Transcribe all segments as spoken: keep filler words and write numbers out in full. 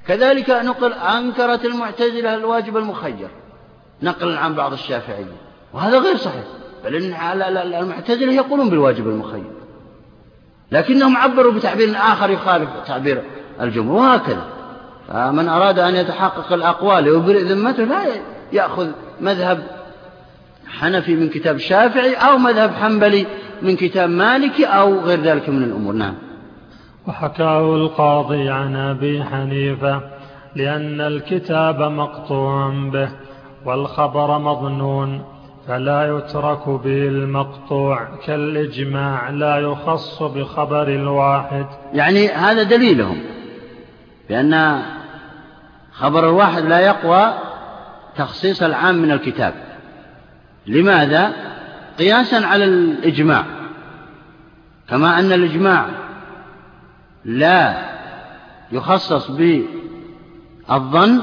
كذلك نقل أنكرت المعتزلة الواجب المخير نقلا عن بعض الشافعية، وهذا غير صحيح، بل إن المعتزلة يقولون بالواجب المخير، لكنهم عبروا بتعبير آخر يخالف تعبير الجمهور، وهكذا. فمن أراد أن يتحقق الأقوال ويبرئ ذمته لا يأخذ مذهب حنفي من كتاب الشافعي أو مذهب حنبلي من كتاب مالكي أو غير ذلك من الأمور. نعم. وحكاه القاضي عن أبي حنيفة لأن الكتاب مقطوع به والخبر مظنون فلا يترك به المقطوع كالإجماع لا يخص بخبر الواحد. يعني هذا دليلهم بأن خبر الواحد لا يقوى تخصيص العام من الكتاب. لماذا؟ قياسا على الإجماع، كما أن الإجماع لا يخصص بالظن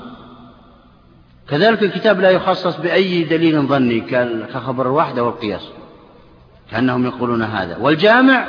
كذلك الكتاب لا يخصص بأي دليل ظني كخبر الواحد والقياس، كأنهم يقولون هذا. والجامع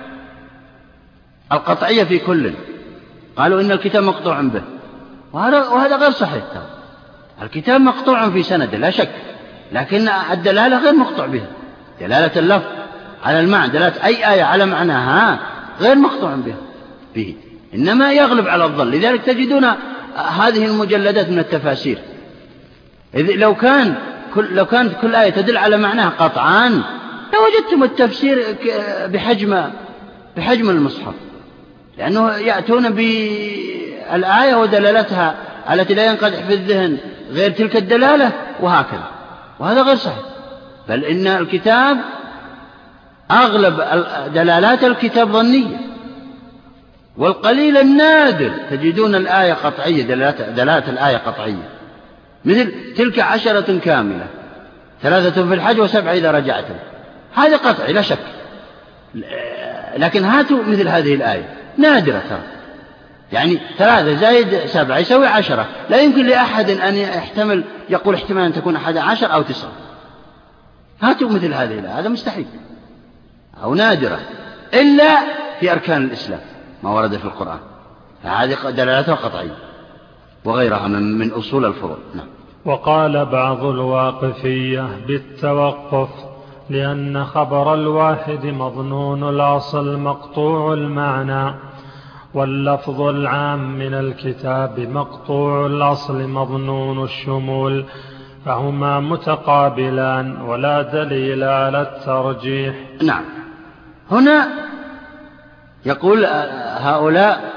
القطعية في كل، قالوا إن الكتاب مقطوع به، وهذا غير صحيح. الكتاب مقطوع في سند لا شك، لكن الدلالة غير مقطوع بها، دلالة اللفظ على المعنى، دلالة أي آية على معناها غير مقطوع بها به، إنما يغلب على الظن. لذلك تجدون هذه المجلدات من التفاسير، لو كان كل لو كانت كل آية تدل على معناها قطعا لوجدتم التفسير بحجم بحجم المصحف، لأنه يأتون بالآية ودلالتها التي لا ينقدح في الذهن غير تلك الدلالة، وهكذا، وهذا غير صحيح. بل إن الكتاب أغلب دلالات الكتاب ظنية، والقليل النادر تجدون الآية قطعية، دلالات الآية قطعية، مثل تلك عشرة كاملة ثلاثة في الحج وسبعة إذا رجعتم، هذا قطعي لا شك. لكن هاتوا مثل هذه الآية نادرة ترى، يعني ثلاثة زائد سبعة يسوي عشرة، لا يمكن لأحد أن يحتمل يقول احتمال أن تكون أحد عشر أو تسعة. هاتوا مثل هذه الآية، هذا مستحيل أو نادرة، إلا في أركان الإسلام ما ورد في القرآن، فهذه دلالتها قطعية، وغيرها من, من أصول الفروع. نعم. وقال بعض الواقفية بالتوقف لأن خبر الواحد مظنون الأصل مقطوع المعنى، واللفظ العام من الكتاب مقطوع الأصل مظنون الشمول، فهما متقابلان ولا دليل على الترجيح. نعم. هنا يقول هؤلاء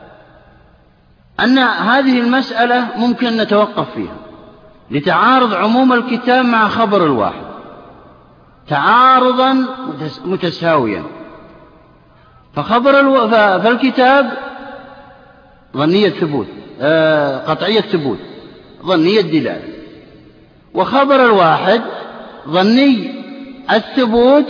أن هذه المسألة ممكن نتوقف فيها لتعارض عموم الكتاب مع خبر الواحد تعارضا متساويا، فخبر الو... فالكتاب ظنية ثبوت آه قطعية ثبوت ظنية دلالة، وخبر الواحد ظني الثبوت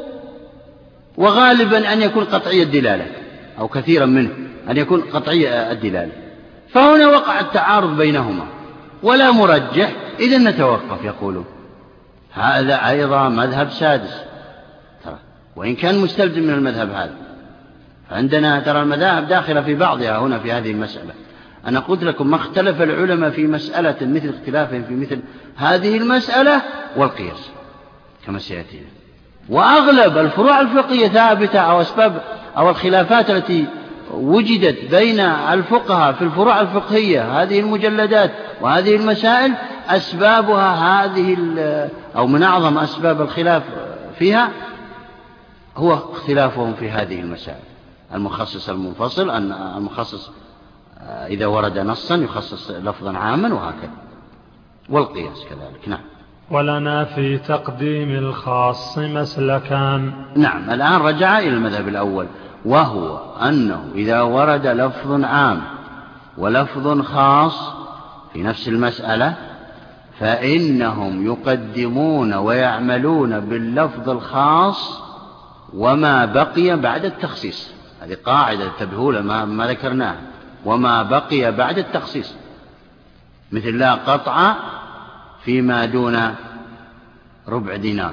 وغالبا أن يكون قطعي الدلالة، أو كثيرا منه أن يكون قطعي الدلالة. فهنا وقع التعارض بينهما ولا مرجح، إذن نتوقف. يقولون هذا أيضا مذهب سادس ترى، وإن كان مستلزم من المذهب هذا، فعندنا ترى المذاهب داخلة في بعضها هنا في هذه المسألة. أنا قلت لكم ما اختلف العلماء في مسألة مثل اختلافهم في مثل هذه المسألة والقياس كما سيأتينا، وأغلب الفروع الفقهية ثابتة، أو أسباب أو الخلافات التي وجدت بين الفقهاء في الفروع الفقهية هذه المجلدات وهذه المسائل أسبابها هذه، أو من أعظم أسباب الخلاف فيها هو اختلافهم في هذه المسائل، المخصص المنفصل، أن المخصص إذا ورد نصا يخصص لفظا عاما وهكذا، والقياس كذلك. نعم. ولنا في تقديم الخاص مسلكان. نعم. الآن رجع إلى المذهب الأول، وهو أنه إذا ورد لفظ عام ولفظ خاص في نفس المسألة فإنهم يقدمون ويعملون باللفظ الخاص وما بقي بعد التخصيص. هذه قاعدة تبهولة ما, ما ذكرناها، وما بقي بعد التخصيص، مثل لا قطع فيما دون ربع دينار.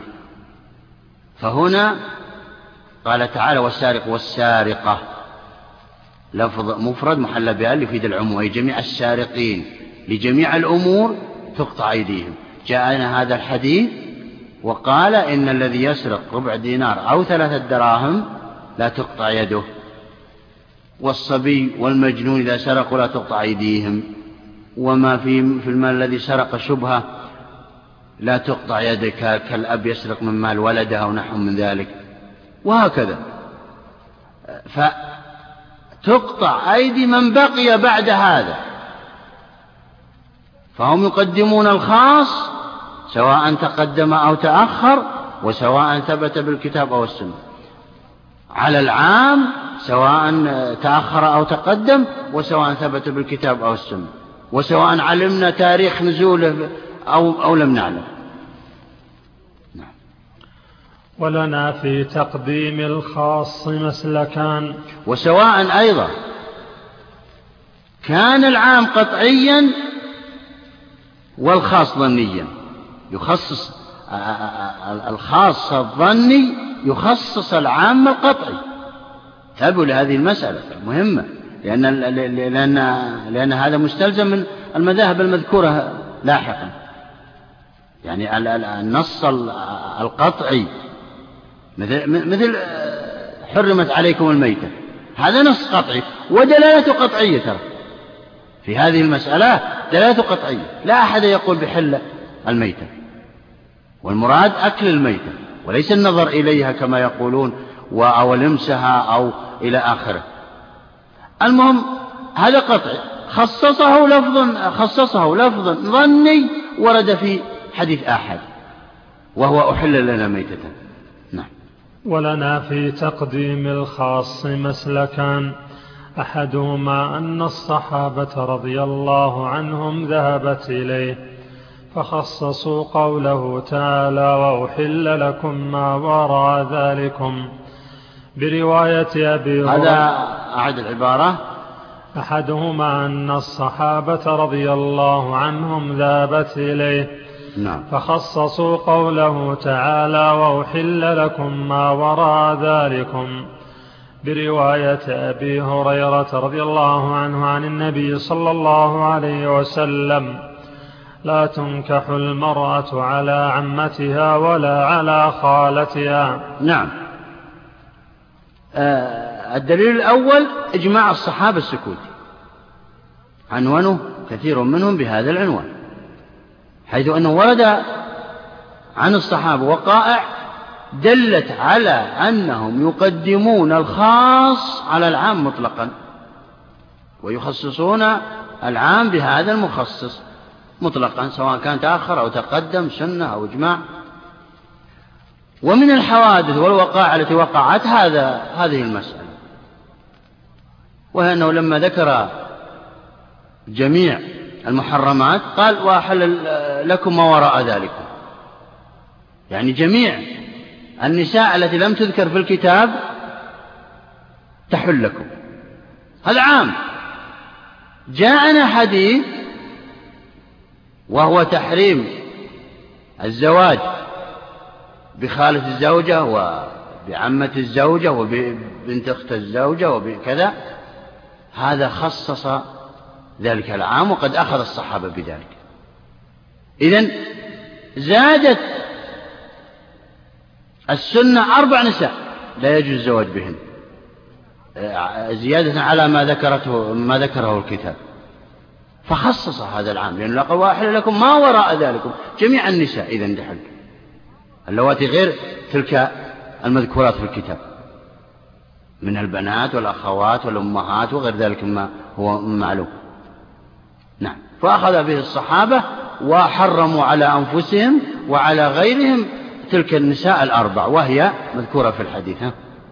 فهنا قال تعالى والسارق والسارقة، لفظ مفرد محل بأل يفيد العموم، أي جميع السارقين لجميع الأمور تقطع أيديهم. جاءنا هذا الحديث وقال إن الذي يسرق ربع دينار أو ثلاثة دراهم لا تقطع يده، والصبي والمجنون إذا سرقوا لا تقطع أيديهم، وما في في المال الذي سرق شبهة لا تقطع يدك كالأب يسرق من مال ولده أو نحو من ذلك، وهكذا. فتقطع أيدي من بقي بعد هذا، فهم يقدمون الخاص سواء تقدم أو تأخر، وسواء ثبت بالكتاب أو السنة، على العام سواء تأخر أو تقدم، وسواء ثبت بالكتاب أو السنة، وسواء علمنا تاريخ نزوله أو, أو لم نعلم. نعم. ولنا في تقديم الخاص مسلكان، وسواء أيضا كان العام قطعيا والخاص ظنيا، يخصص الخاص الظني يخصص العام القطعي. تابعوا لهذه المسألة مهمة، لأن, لأن, لأن هذا مستلزم من المذاهب المذكورة لاحقا. يعني النص القطعي مثل, مثل حرمت عليكم الميتة، هذا نص قطعي ودلالة قطعية، ترى في هذه المسألة دلالة قطعية، لا أحد يقول بحل الميتة، والمراد أكل الميتة وليس النظر إليها كما يقولون أو لمسها أو إلى آخره. المهم هذا قطعي خصصه لفظ خصصه لفظ ظني ورد في حديث آحد، وهو أحل لنا ميتة. نعم. ولنا في تقديم الخاص مسلكان، أحدهما أن الصحابة رضي الله عنهم ذهبت إليه فخصصوا قوله تعالى وأحل لكم ما وراء ذلكم برواية أبي هريرة. هذا أعد العبارة. أحدهما أن الصحابة رضي الله عنهم ذهبت إليه نعم. فخصصوا قوله تعالى وأحل لكم ما وراء ذلكم برواية أبي هريرة رضي الله عنه عن النبي صلى الله عليه وسلم لا تنكح المرأة على عمتها ولا على خالتها. نعم. آه الدليل الأول إجماع الصحابة السكوت، عنوانه كثير منهم بهذا العنوان، حيث أنه ورد عن الصحابة وقائع دلت على أنهم يقدمون الخاص على العام مطلقا، ويخصصون العام بهذا المخصص مطلقا سواء كان تأخر أو تقدم، سنة أو إجماع. ومن الحوادث والوقائع التي وقعت هذا هذه المسألة، وهي أنه لما ذكر جميع المحرمات قال وأحل لكم ما وراء ذلك، يعني جميع النساء التي لم تذكر في الكتاب تحل لكم، هذا عام. جاءنا حديث وهو تحريم الزواج بخالة الزوجة وبعمة الزوجة وبنت أخت الزوجة وبكذا، هذا خصص ذلك العام وقد أخذ الصحابة بذلك. إذن زادت السنة أربع نساء لا يجوز الزواج بهن، زيادة على ما ذكرته ما ذكره الكتاب، فخصص هذا العام، لأنه قال وأحل لكم ما وراء ذلكم جميع النساء إذن دحل اللواتي غير تلك المذكورات في الكتاب من البنات والأخوات والأمهات وغير ذلك ما هو معلوم. نعم. فأخذ به الصحابة وحرموا على أنفسهم وعلى غيرهم تلك النساء الأربع وهي مذكورة في الحديث. ها؟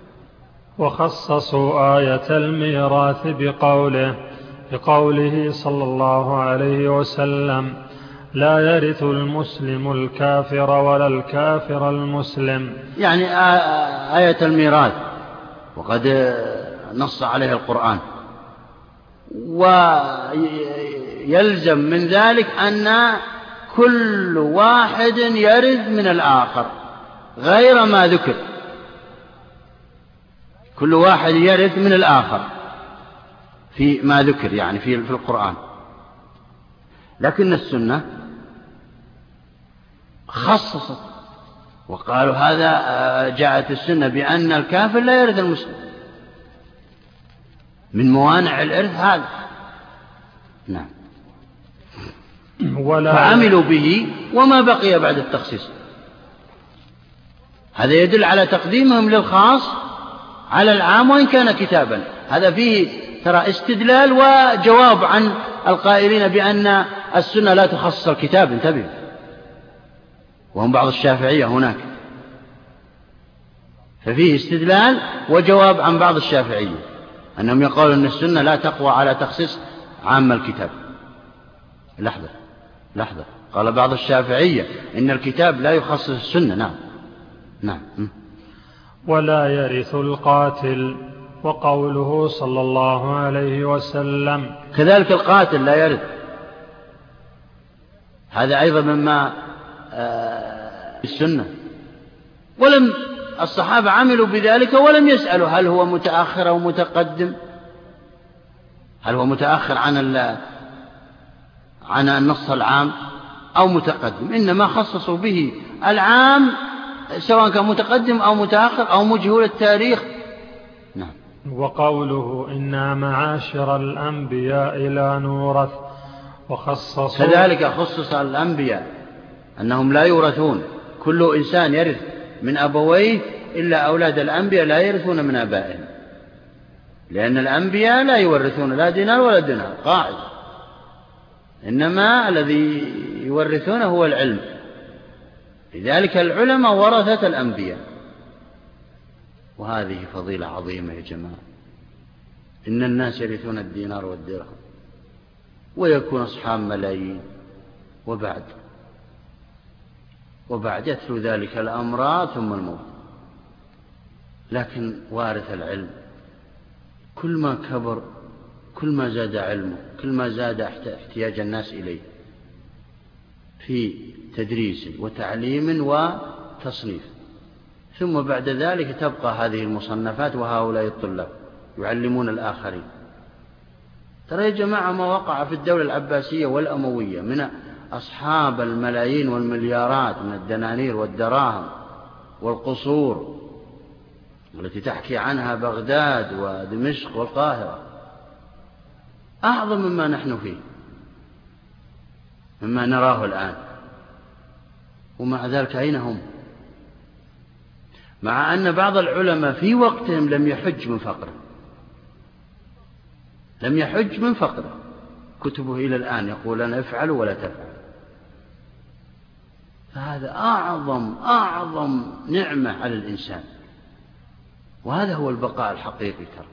وخصصوا آية الميراث بقوله بقوله صلى الله عليه وسلم لا يرث المسلم الكافر ولا الكافر المسلم، يعني آية الميراث وقد نص عليها القرآن، ويلزم من ذلك أن كل واحد يرث من الآخر غير ما ذكر، كل واحد يرث من الآخر في ما ذكر يعني في في القرآن. لكن السنة خصصت وقالوا هذا جاءت السنة بأن الكافر لا يرث المسلم، من موانع الإرث هذا. نعم. فعملوا به وما بقي بعد التخصيص. هذا يدل على تقديمهم للخاص على العام وإن كان كتابا. هذا فيه ترى استدلال وجواب عن القائلين بأن السنة لا تخصص الكتاب. انتبه، وهم بعض الشافعية هناك، ففيه استدلال وجواب عن بعض الشافعية أنهم يقولون أن السنة لا تقوى على تخصيص عام الكتاب. لحظة لحظة قال بعض الشافعية إن الكتاب لا يخصص السنة. نعم نعم. ولا يرث القاتل، وقوله صلى الله عليه وسلم كذلك القاتل لا يرث، هذا أيضا مما آه السنة. ولم الصحابة عملوا بذلك ولم يسألوا هل هو متأخر أو متقدم، هل هو متأخر عن عن النص العام أو متقدم، إنما خصصوا به العام سواء كان متقدم أو متأخر أو مجهول التاريخ. نعم. وقوله إنا معاشر الأنبياء لا نورث، وخصصوا كذلك خصص الأنبياء أنهم لا يورثون، كل إنسان يرث من أبويه إلا أولاد الأنبياء لا يرثون من آبائهم، لأن الأنبياء لا يورثون لا دينار ولا دينار قاعدة، إنما الذي يورثونه هو العلم. لذلك العلماء ورثة الأنبياء، وهذه فضيلة عظيمة يا جماعة. إن الناس يرثون الدينار والدرهم ويكون أصحاب ملايين، وبعد وبعد يتلو ذلك الأمراض ثم الموت. لكن وارث العلم كل ما كبر كل ما زاد علمه، كل ما زاد احتياج الناس إليه في تدريس وتعليم وتصنيف. ثم بعد ذلك تبقى هذه المصنفات وهؤلاء الطلاب يعلمون الآخرين. ترى يا جماعة ما وقع في الدولة العباسية والأموية من أصحاب الملايين والمليارات من الدنانير والدراهم والقصور التي تحكي عنها بغداد ودمشق والقاهرة أعظم مما نحن فيه، مما نراه الآن. ومع ذلك أين هم؟ مع أن بعض العلماء في وقتهم لم يحج من فقره، لم يحج من فقره، كتبه إلى الآن يقول أنا افعلوا ولا تفعلوا. فهذا أعظم أعظم نعمة على الإنسان، وهذا هو البقاء الحقيقي. ترى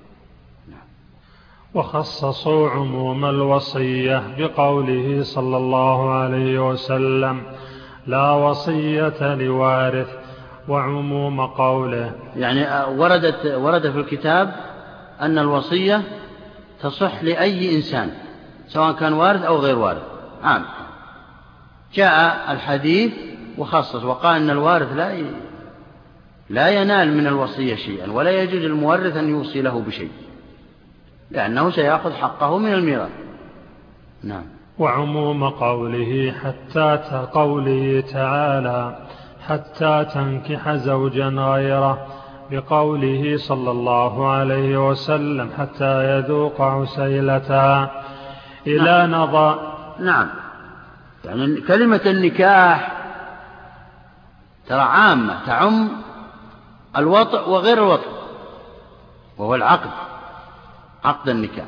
وخصصوا عموم الوصية بقوله صلى الله عليه وسلم لا وصية لوارث، وعموم قوله يعني وردت ورد في الكتاب أن الوصية تصح لأي إنسان سواء كان وارث أو غير وارث عام. جاء الحديث وخصص وقال أن الوارث لا لا ينال من الوصية شيئا، ولا يجوز المورث أن يوصي له بشيء، لأنه سيأخذ حقه من الميراث. نعم. وعموم قوله حتى قوله تعالى حتى تنكح زوجا غيره، بقوله صلى الله عليه وسلم حتى يذوق عسيلتها إلى نعم. نظى. نعم. يعني كلمة النكاح ترى عامة تعم الوطء وغير الوطء، وهو العقد، عقد النكاح.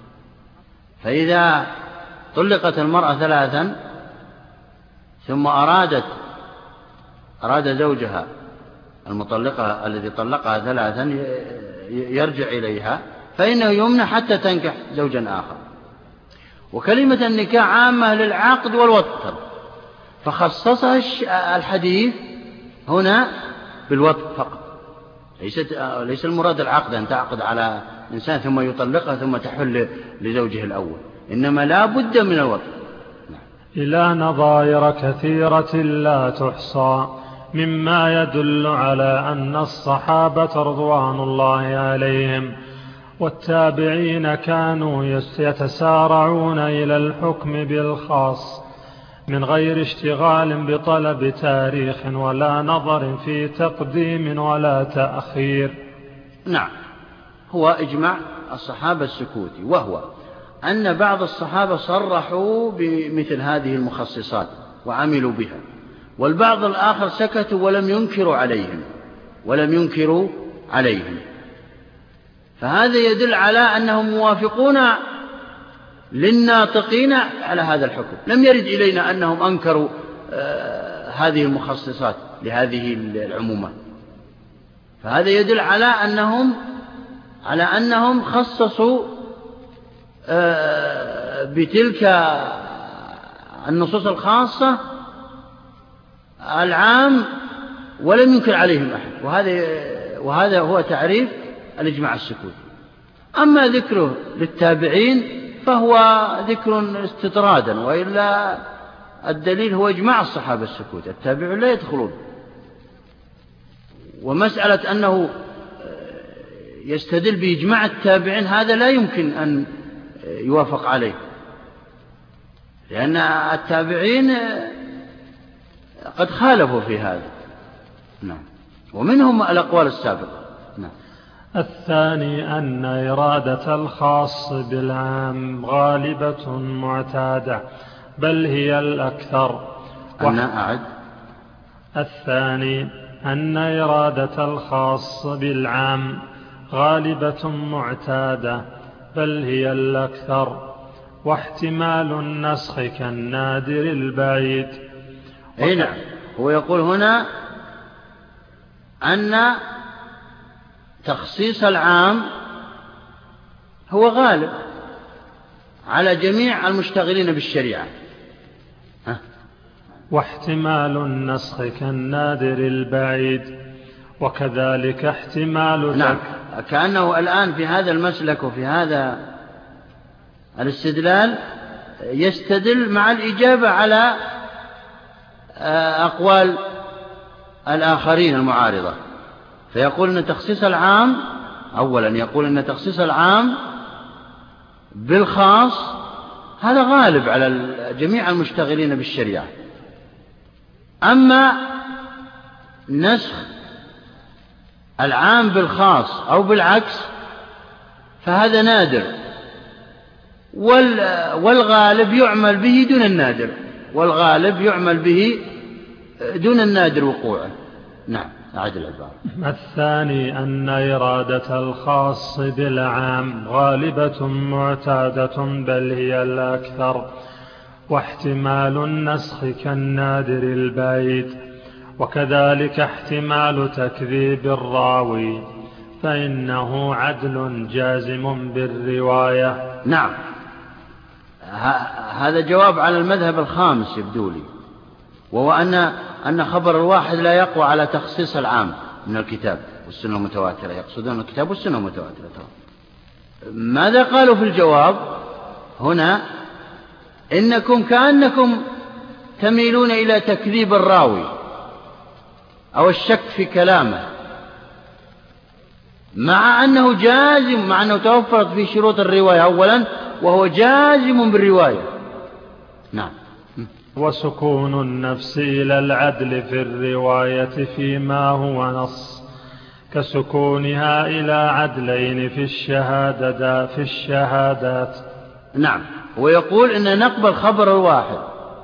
فإذا طلقت المرأة ثلاثا ثم أرادت أراد زوجها المطلقة الذي طلقها ثلاثا يرجع إليها فإنه يمنع حتى تنكح زوجا آخر. وكلمة النكاح عامة للعقد والوطء، فخصصها الحديث هنا بالوطء فقط. ليست ليس المراد العقد أن تعقد على إنسان ثم يطلقها ثم تحل لزوجه الأول، إنما لا بد من الوطء. إلى نظائر كثيرة لا تحصى مما يدل على أن الصحابة رضوان الله عليهم والتابعين كانوا يتسارعون إلى الحكم بالخاص من غير اشتغال بطلب تاريخ ولا نظر في تقديم ولا تأخير. نعم، هو إجماع الصحابة السكوتي، وهو أن بعض الصحابة صرحوا بمثل هذه المخصصات وعملوا بها، والبعض الآخر سكتوا ولم ينكروا عليهم ولم ينكروا عليهم فهذا يدل على أنهم موافقون للناطقين على هذا الحكم. لم يرد إلينا أنهم أنكروا آه هذه المخصصات لهذه العمومات، فهذا يدل على أنهم على أنهم خصصوا آه بتلك النصوص الخاصة العام ولم ينكر عليهم أحد، وهذا وهذا هو تعريف الإجماع السكوتي. أما ذكره للتابعين فهو ذكر استطرادا، وإلا الدليل هو إجماع الصحابة السكوت، التابعون لا يدخلون. ومسألة أنه يستدل بإجماع التابعين هذا لا يمكن أن يوافق عليه، لأن التابعين قد خالفوا في هذا. نعم، ومنهم الأقوال السابقة. نعم. الثاني أن إرادة الخاص بالعام غالبة معتادة بل هي الأكثر. أنا أعد. الثاني أن إرادة الخاص بالعام غالبة معتادة بل هي الأكثر، واحتمال النسخ كالنادر البعيد. هنا هو يقول هنا أن تخصيص العام هو غالب على جميع المشتغلين بالشريعة. ها؟ واحتمال النسخ كالنادر البعيد، وكذلك احتمال نعم، كأنه الآن في هذا المسلك وفي هذا الاستدلال يستدل مع الإجابة على أقوال الآخرين المعارضة، فيقول أن تخصيص العام أولا يقول أن تخصيص العام بالخاص هذا غالب على جميع المشتغلين بالشريعة. أما نسخ العام بالخاص أو بالعكس فهذا نادر، والغالب يعمل به دون النادر، والغالب يعمل به دون النادر وقوعه. نعم، أعد العبارة. الثاني أن إرادة الخاص بالعام غالبة معتادة بل هي الأكثر، واحتمال النسخ كالنادر البعيد، وكذلك احتمال تكذيب الراوي فإنه عدل جازم بالرواية. نعم، هذا جواب على المذهب الخامس يبدو لي، وهو أن أن خبر الواحد لا يقوى على تخصيص العام من الكتاب والسنة المتواترة، يقصدون الكتاب والسنة المتواترة. ماذا قالوا في الجواب هنا؟ إنكم كأنكم تميلون إلى تكذيب الراوي أو الشك في كلامه، مع أنه جازم، مع أنه توفرت في شروط الرواية أولا وهو جازم بالرواية. نعم. وسكون النفس إلى العدل في الرواية فيما هو نص كسكونها إلى عدلين في الشهادة في الشهادات. نعم، ويقول إن نقبل خبر الواحد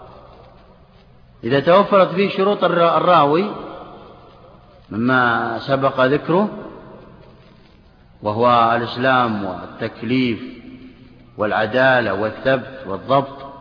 إذا توفرت فيه شروط الراوي مما سبق ذكره، وهو الإسلام والتكليف والعدالة والثبت والضبط.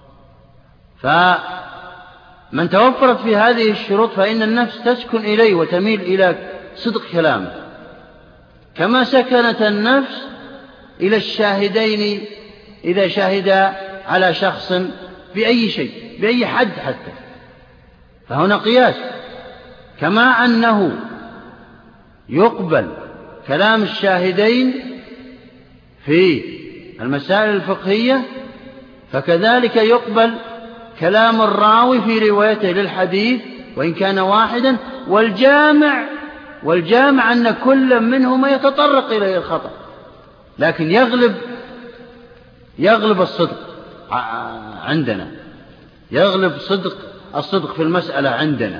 فمن توفرت في هذه الشروط فإن النفس تسكن إليه وتميل إلى صدق كلامه، كما سكنت النفس إلى الشاهدين إذا شاهد على شخص بأي شيء بأي حد حتى، فهنا قياس. كما أنه يقبل كلام الشاهدين في المسائل الفقهية، فكذلك يقبل كلام الراوي في روايته للحديث وإن كان واحدا، والجامع والجامع أن كل منهما يتطرق إليه الخطأ، لكن يغلب يغلب الصدق عندنا، يغلب صدق الصدق في المسألة عندنا،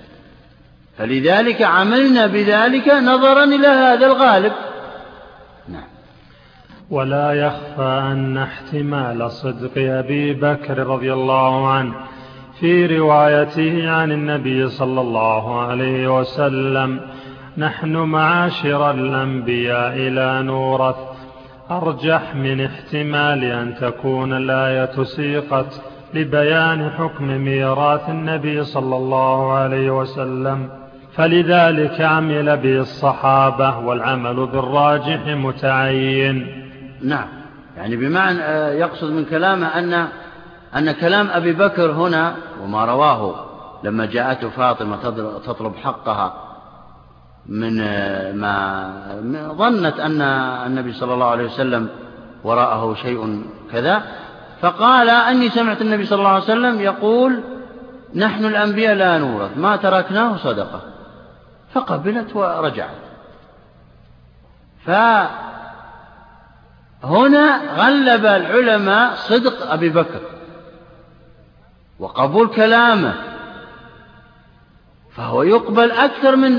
فلذلك عملنا بذلك نظرا إلى هذا الغالب. نعم. ولا يخفى أن احتمال صدق أبي بكر رضي الله عنه في روايته عن النبي صلى الله عليه وسلم نحن معاشر الأنبياء لا نورث أرجح من احتمال أن تكون الآية سيقت لبيان حكم ميراث النبي صلى الله عليه وسلم، فلذلك عمل به الصحابة والعمل بالراجح متعين. نعم، يعني بمعنى يقصد من كلامه أن أن كلام أبي بكر هنا وما رواه لما جاءته فاطمة تطلب حقها من ما ظنت أن النبي صلى الله عليه وسلم وراءه شيء كذا، فقال أني سمعت النبي صلى الله عليه وسلم يقول نحن الأنبياء لا نورث ما تركناه صدقة، فقبلت ورجعت. فهنا غلب العلماء صدق أبي بكر وقبول كلامه، فهو يقبل أكثر من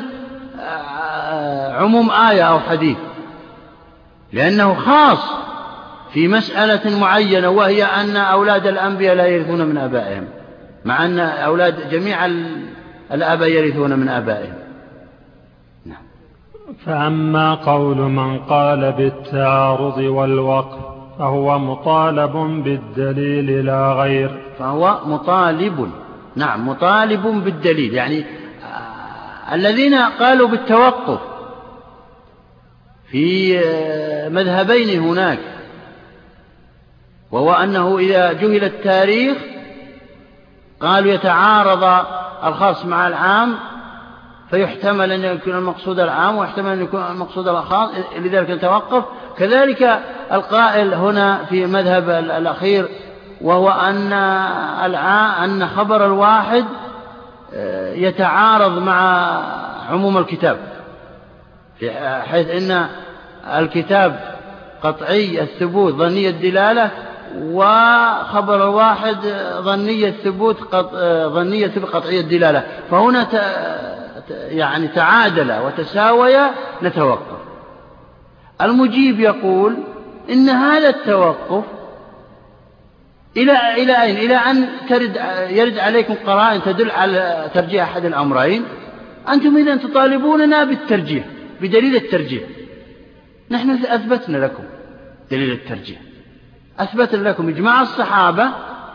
عموم آية أو حديث، لأنه خاص في مسألة معينة، وهي أن أولاد الأنبياء لا يرثون من آبائهم، مع أن أولاد جميع الآباء يرثون من آبائهم. نعم. فأما قول من قال بالتعارض والوقف فهو مطالب بالدليل لا غير. فهو مطالب، نعم مطالب بالدليل، يعني الذين قالوا بالتوقف في مذهبين هناك، وهو أنه إذا جهل التاريخ قالوا يتعارض الخاص مع العام، فيحتمل أن يكون المقصود العام ويحتمل أن يكون المقصود الخاص، لذلك نتوقف. كذلك القائل هنا في مذهب الأخير، وهو أن أن خبر الواحد يتعارض مع عموم الكتاب، حيث أن الكتاب قطعي الثبوت ظني الدلالة، وخبر الواحد ظني الثبوت ظني الثبوت قطعي الدلالة، فهنا يعني تعادل وتساوي نتوقف. المجيب يقول إن هذا التوقف إلى إلى أين؟ إلى أن ترد يرد عليكم قرائن تدل على ترجيح أحد الأمرين، أنتم إذا تطالبوننا بالترجيح بدليل الترجيح. نحن أثبتنا لكم دليل الترجيح، أثبتنا لكم إجماع الصحابة،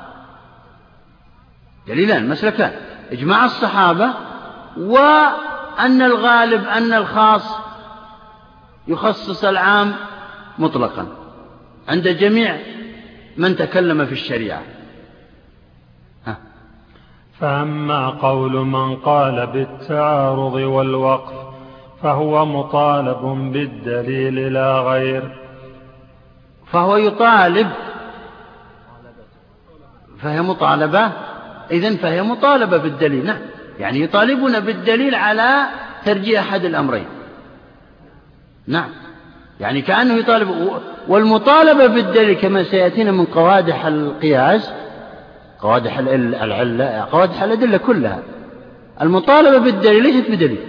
دليلان مسلكان: إجماع الصحابة، وأن الغالب أن الخاص يخصص العام مطلقا عند جميع من تكلم في الشريعة. ها. فأما قول من قال بالتعارض والوقف فهو مطالب بالدليل لا غير. فهو يطالب، فهي مطالبة، إذن فهي مطالبة بالدليل. نعم، يعني يطالبون بالدليل على ترجيح أحد الأمرين. نعم، يعني كأنه يطالب. والمطالبة بالدليل كما سيأتينا من قوادح القياس، قوادح العلة، قوادح الأدلة كلها، المطالبة بالدليل ليست بدليل.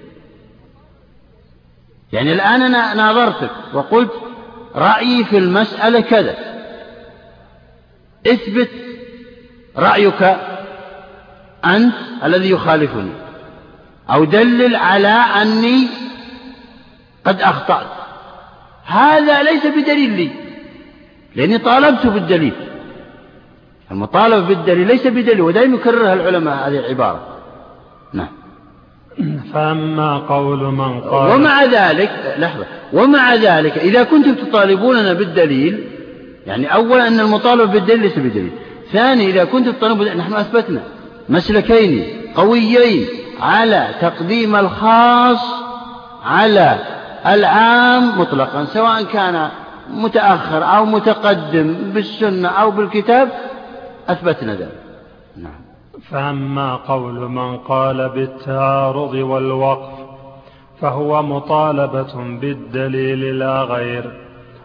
يعني الآن أنا ناظرتك وقلت رأيي في المسألة كذا، اثبت رأيك أنت الذي يخالفني، أو دلل على أني قد أخطأت. هذا ليس بدليل لي، لأني طالبت بالدليل. المطالبة بالدليل ليس بدليل، ودائما يكررها العلماء هذه العبارة. نعم. فأما قول من قال. ومع ذلك لحظة، ومع ذلك إذا كنتم تطالبوننا بالدليل، يعني أولا أن المطالبة بالدليل ليس بدليل، ثاني إذا كنتم تطالبون، نحن أثبتنا مسلكين قويين على تقديم الخاص على العام مطلقا، سواء كان متأخر أو متقدم بالسنة أو بالكتاب، أثبتنا ذلك. نعم. فأما قول من قال بالتعارض والوقف فهو مطالبة بالدليل لا غير،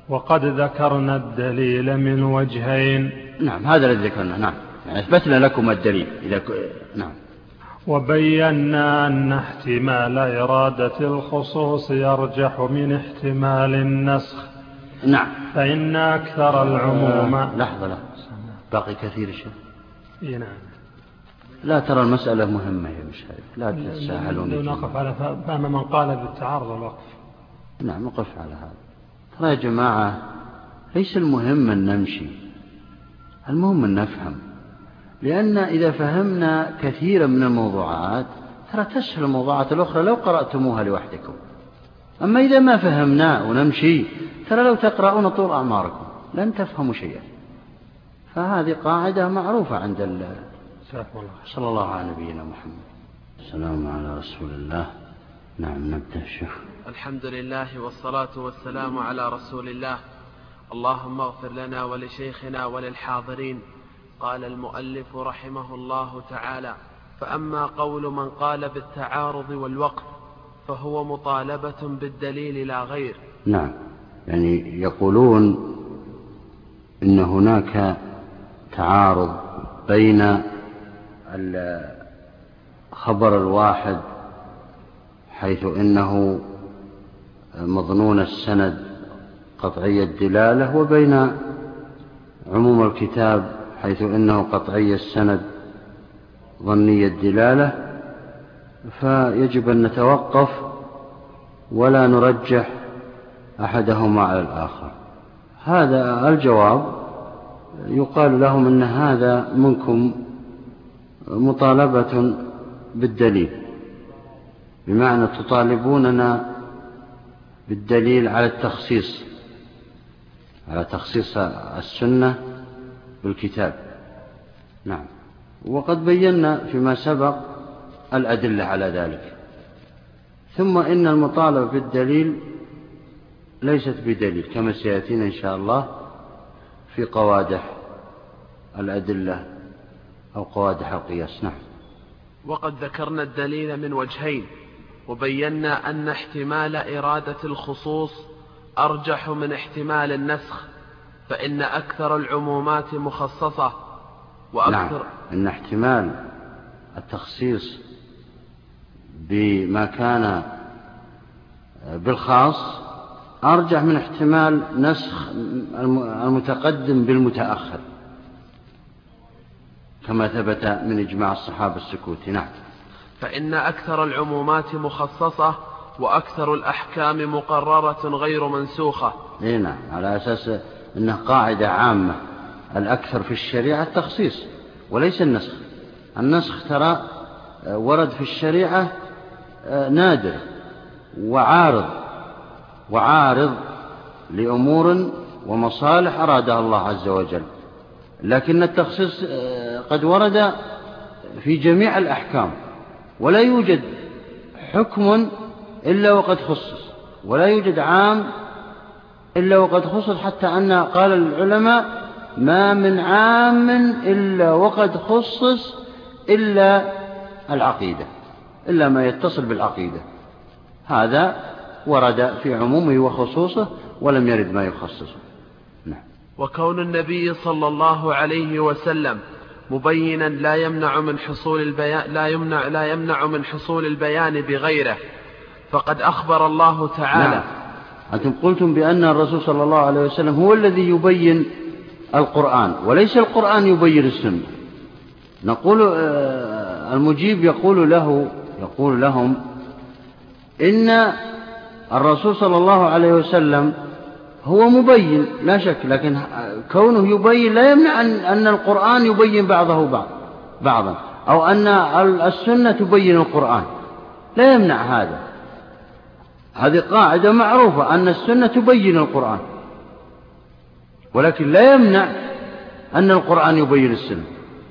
وقد ذكرنا الدليل من وجهين. نعم هذا الذي ذكرنا. نعم يعني أثبتنا لكم الدليل إذا ك... نعم. وبينا أن احتمال إرادة الخصوص يرجح من احتمال النسخ. نعم. فإن أكثر العموم آه لحظة لا باقي كثير شيء. إيه نعم. لا ترى المسألة مهمة يا مشاهد لا تتساهلون. لو نقف على فهم من قال بالتعارض والوقف. نعم نقف على هذا. ترى يا جماعة ليس المهم أن نمشي، المهم أن نفهم، لأن إذا فهمنا كثيرا من الموضوعات ترى تسهل الموضوعات الأخرى لو قرأتموها لوحدكم. أما إذا ما فهمنا ونمشي ترى لو تقرؤون طول أعماركم لن تفهموا شيئا. فهذه قاعدة معروفة عند الله. صلى الله على نبينا محمد. السلام على رسول الله. نعم نبدأ الشيخ. الحمد لله والصلاة والسلام على رسول الله. اللهم اغفر لنا ولشيخنا وللحاضرين. قال المؤلف رحمه الله تعالى: فأما قول من قال بالتعارض والوقف فهو مطالبة بالدليل لا غير. نعم يعني يقولون إن هناك تعارض بين الخبر الواحد حيث إنه مظنون السند قطعي الدلالة وبين عموم الكتاب حيث إنه قطعي السند ظني الدلالة، فيجب أن نتوقف ولا نرجح أحدهما على الآخر. هذا الجواب يقال لهم أن هذا منكم مطالبة بالدليل، بمعنى تطالبوننا بالدليل على التخصيص، على تخصيص السنة بالكتاب. نعم وقد بينا فيما سبق الأدلة على ذلك. ثم إن المطالبة بالدليل ليست بدليل كما سيأتينا إن شاء الله في قوادح الأدلة أو قوادح القياس. نعم. وقد ذكرنا الدليل من وجهين، وبينا أن احتمال إرادة الخصوص أرجح من احتمال النسخ، فإن أكثر العمومات مخصصة وأكثر. نعم إن احتمال التخصيص بما كان بالخاص أرجح من احتمال نسخ المتقدم بالمتأخر كما ثبت من إجماع الصحابة السكوتي. نعم. فإن أكثر العمومات مخصصة وأكثر الأحكام مقررة غير منسوخة. إيه نعم على أساس أنها قاعدة عامة، الأكثر في الشريعة التخصيص وليس النسخ. النسخ ترى ورد في الشريعة نادر وعارض وعارض لأمور ومصالح أرادها الله عز وجل، لكن التخصيص قد ورد في جميع الأحكام، ولا يوجد حكم إلا وقد خصص، ولا يوجد عام إلا وقد خصص، حتى أن قال العلماء ما من عام إلا وقد خصص إلا العقيدة، إلا ما يتصل بالعقيدة، هذا ورد في عمومه وخصوصه ولم يرد ما يخصصه. نعم. وكون النبي صلى الله عليه وسلم مبينا لا يمنع من حصول البيان لا يمنع لا يمنع من حصول البيان بغيره، فقد أخبر الله تعالى. نعم. أنتم قلتم بأن الرسول صلى الله عليه وسلم هو الذي يبين القرآن وليس القرآن يبين السنة. نقول المجيب يقول له يقول لهم إن الرسول صلى الله عليه وسلم هو مبين لا شك، لكن كونه يبين لا يمنع أن القرآن يبين بعضه بعض بعضا، أو أن السنة تبين القرآن، لا يمنع هذا. هذه قاعدة معروفة أن السنة تبين القرآن، ولكن لا يمنع أن القرآن يبين السنة.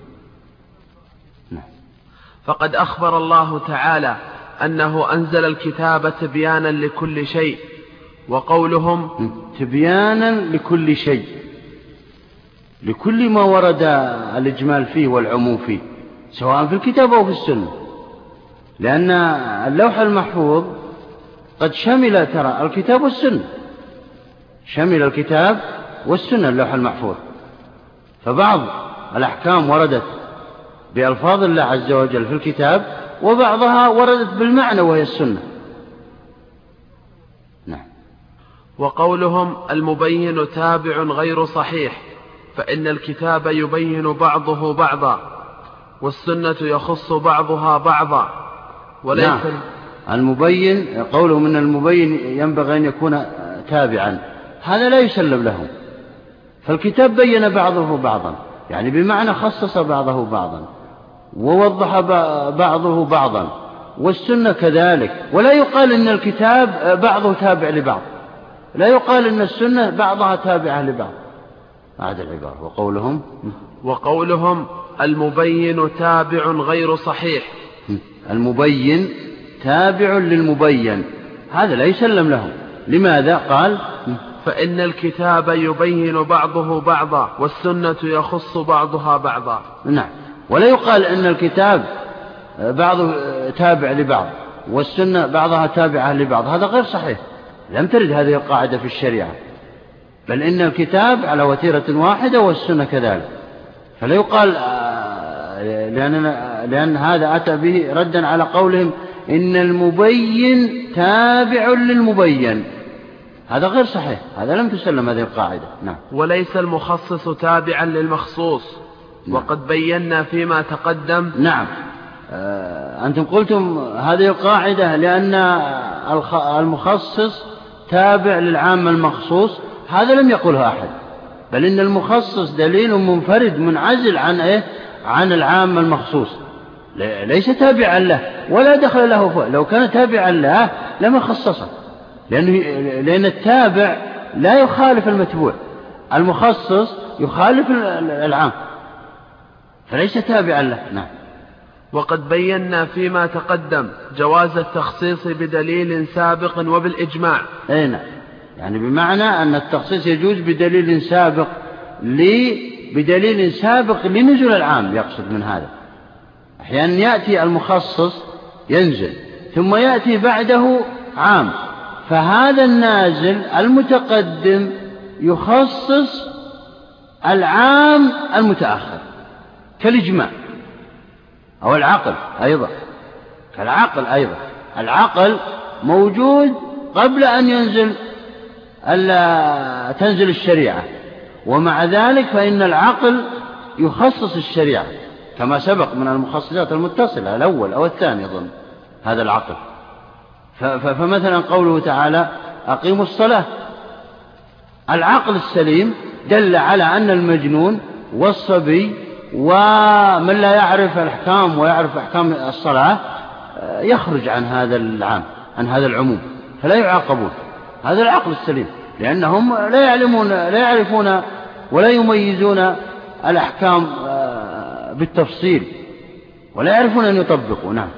فقد أخبر الله تعالى أنه أنزل الكتاب تبيانا لكل شيء، وقولهم تبيانا لكل شيء، لكل ما ورد الإجمال فيه والعموم فيه، سواء في الكتاب أو في السنة، لأن اللوح المحفوظ قد شمل ترى الكتاب والسنة، شمل الكتاب والسنة اللوح المحفوظ. فبعض الأحكام وردت بألفاظ الله عز وجل في الكتاب، وبعضها وردت بالمعنى وهي السنة. نعم. وقولهم المبين تابع غير صحيح، فإن الكتاب يبين بعضه بعضا والسنة يخص بعضها بعضا وليس. نعم. المبين، قوله من المبين ينبغي أن يكون تابعا، هذا لا يسلم له. فالكتاب بين بعضه بعضا، يعني بمعنى خصص بعضه بعضا ووضح بعضه بعضا، والسنة كذلك. ولا يقال إن الكتاب بعضه تابع لبعض، لا يقال إن السنة بعضها تابعة لبعض. هذا العبارة. وقولهم وقولهم المبين تابع غير صحيح، المبين تابع للمبين، هذا لا يسلم له. لماذا؟ قال فإن الكتاب يبين بعضه بعضا والسنة يخص بعضها بعضا. نعم. ولا يقال إن الكتاب بعضه تابع لبعض والسنة بعضها تابعة لبعض، هذا غير صحيح. لم ترد هذه القاعدة في الشريعة، بل إن الكتاب على وتيرة واحدة والسنة كذلك. فلا يقال لأن, لأن هذا أتى به ردا على قولهم إن المبين تابع للمبين، هذا غير صحيح، هذا لم تسلم هذه القاعدة. نعم. وليس المخصص تابعا للمخصوص. نعم. وقد بينا فيما تقدم. نعم. أنتم قلتم هذه القاعدة لأن المخصص تابع للعام المخصوص، هذا لم يقله أحد، بل إن المخصص دليل منفرد منعزل عن إيه؟ عن العام المخصوص، ليس تابعا له ولا دخل له فيه. لو كان تابعا له لما خصصه، لأنه لأن التابع لا يخالف المتبوع، المخصص يخالف العام، فليس تابعا له. نعم. وقد بينا فيما تقدم جواز التخصيص بدليل سابق وبالإجماع. أي نعم. يعني بمعنى أن التخصيص يجوز بدليل سابق لي بدليل سابق لنزول العام، يقصد من هذا. أحيانا يأتي المخصص ينزل ثم يأتي بعده عام، فهذا النازل المتقدم يخصص العام المتأخر، كالإجماع أو العقل أيضا، كالعقل أيضا. العقل موجود قبل أن ينزل تنزل الشريعة، ومع ذلك فإن العقل يخصص الشريعة كما سبق من المخصصات المتصلة، الأول أو الثاني ضمن هذا العقل. فمثلا قوله تعالى أقيموا الصلاة، العقل السليم دل على أن المجنون والصبي ومن لا يعرف الأحكام ويعرف أحكام الصلاة يخرج عن هذا العام، عن هذا العموم، فلا يعاقبون. هذا العقل السليم، لأنهم لا يعلمون لا يعرفون ولا يميزون الأحكام بالتفصيل ولا يعرفون أن يطبقوا. نعم.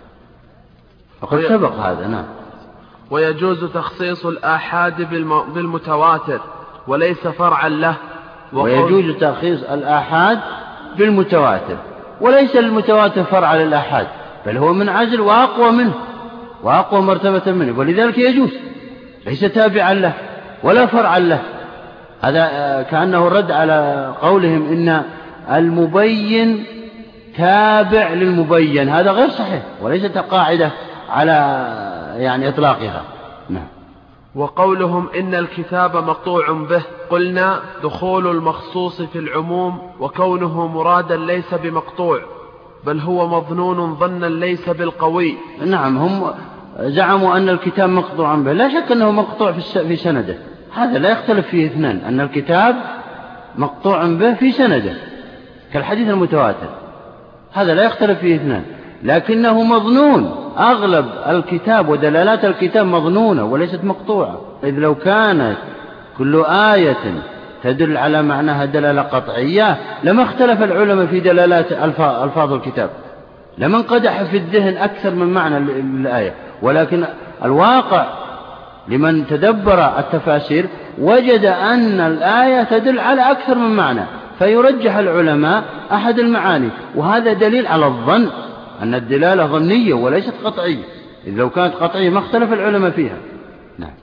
فقد سبق هذا. نعم. ويجوز تخصيص الآحاد بالمتواتر وليس فرعا له. ويجوز تخصيص الآحاد بالمتواتر وليس المتواتر فرعا للآحاد، بل هو منعزل وأقوى منه وأقوى مرتبة منه، ولذلك يجوز، ليس تابعا له ولا فرعا له. هذا كأنه الرد على قولهم إن المبين تابع للمبين، هذا غير صحيح وليست قاعدة على يعني إطلاقها. نعم. وقولهم إن الكتاب مقطوع به، قلنا دخول المخصوص في العموم وكونه مرادا ليس بمقطوع، بل هو مظنون ظنا ليس بالقوي. نعم. هم زعموا أن الكتاب مقطوع به، لا شك أنه مقطوع في سنده، هذا لا يختلف فيه اثنان، أن الكتاب مقطوع به في سنده كالحديث المتواتر، هذا لا يختلف فيه اثنان، لكنه مظنون. أغلب الكتاب ودلالات الكتاب مظنونة وليست مقطوعة، إذ لو كانت كل آية تدل على معناها دلالة قطعية لما اختلف العلماء في دلالات ألفاظ الكتاب، لمن قدح في الذهن أكثر من معنى الآية. ولكن الواقع لمن تدبر التفاسير وجد أن الآية تدل على أكثر من معنى، فيرجح العلماء أحد المعاني، وهذا دليل على الظن أن الدلالة ظنية وليست قطعية، إذ لو كانت قطعية ما اختلف العلماء فيها. نعم.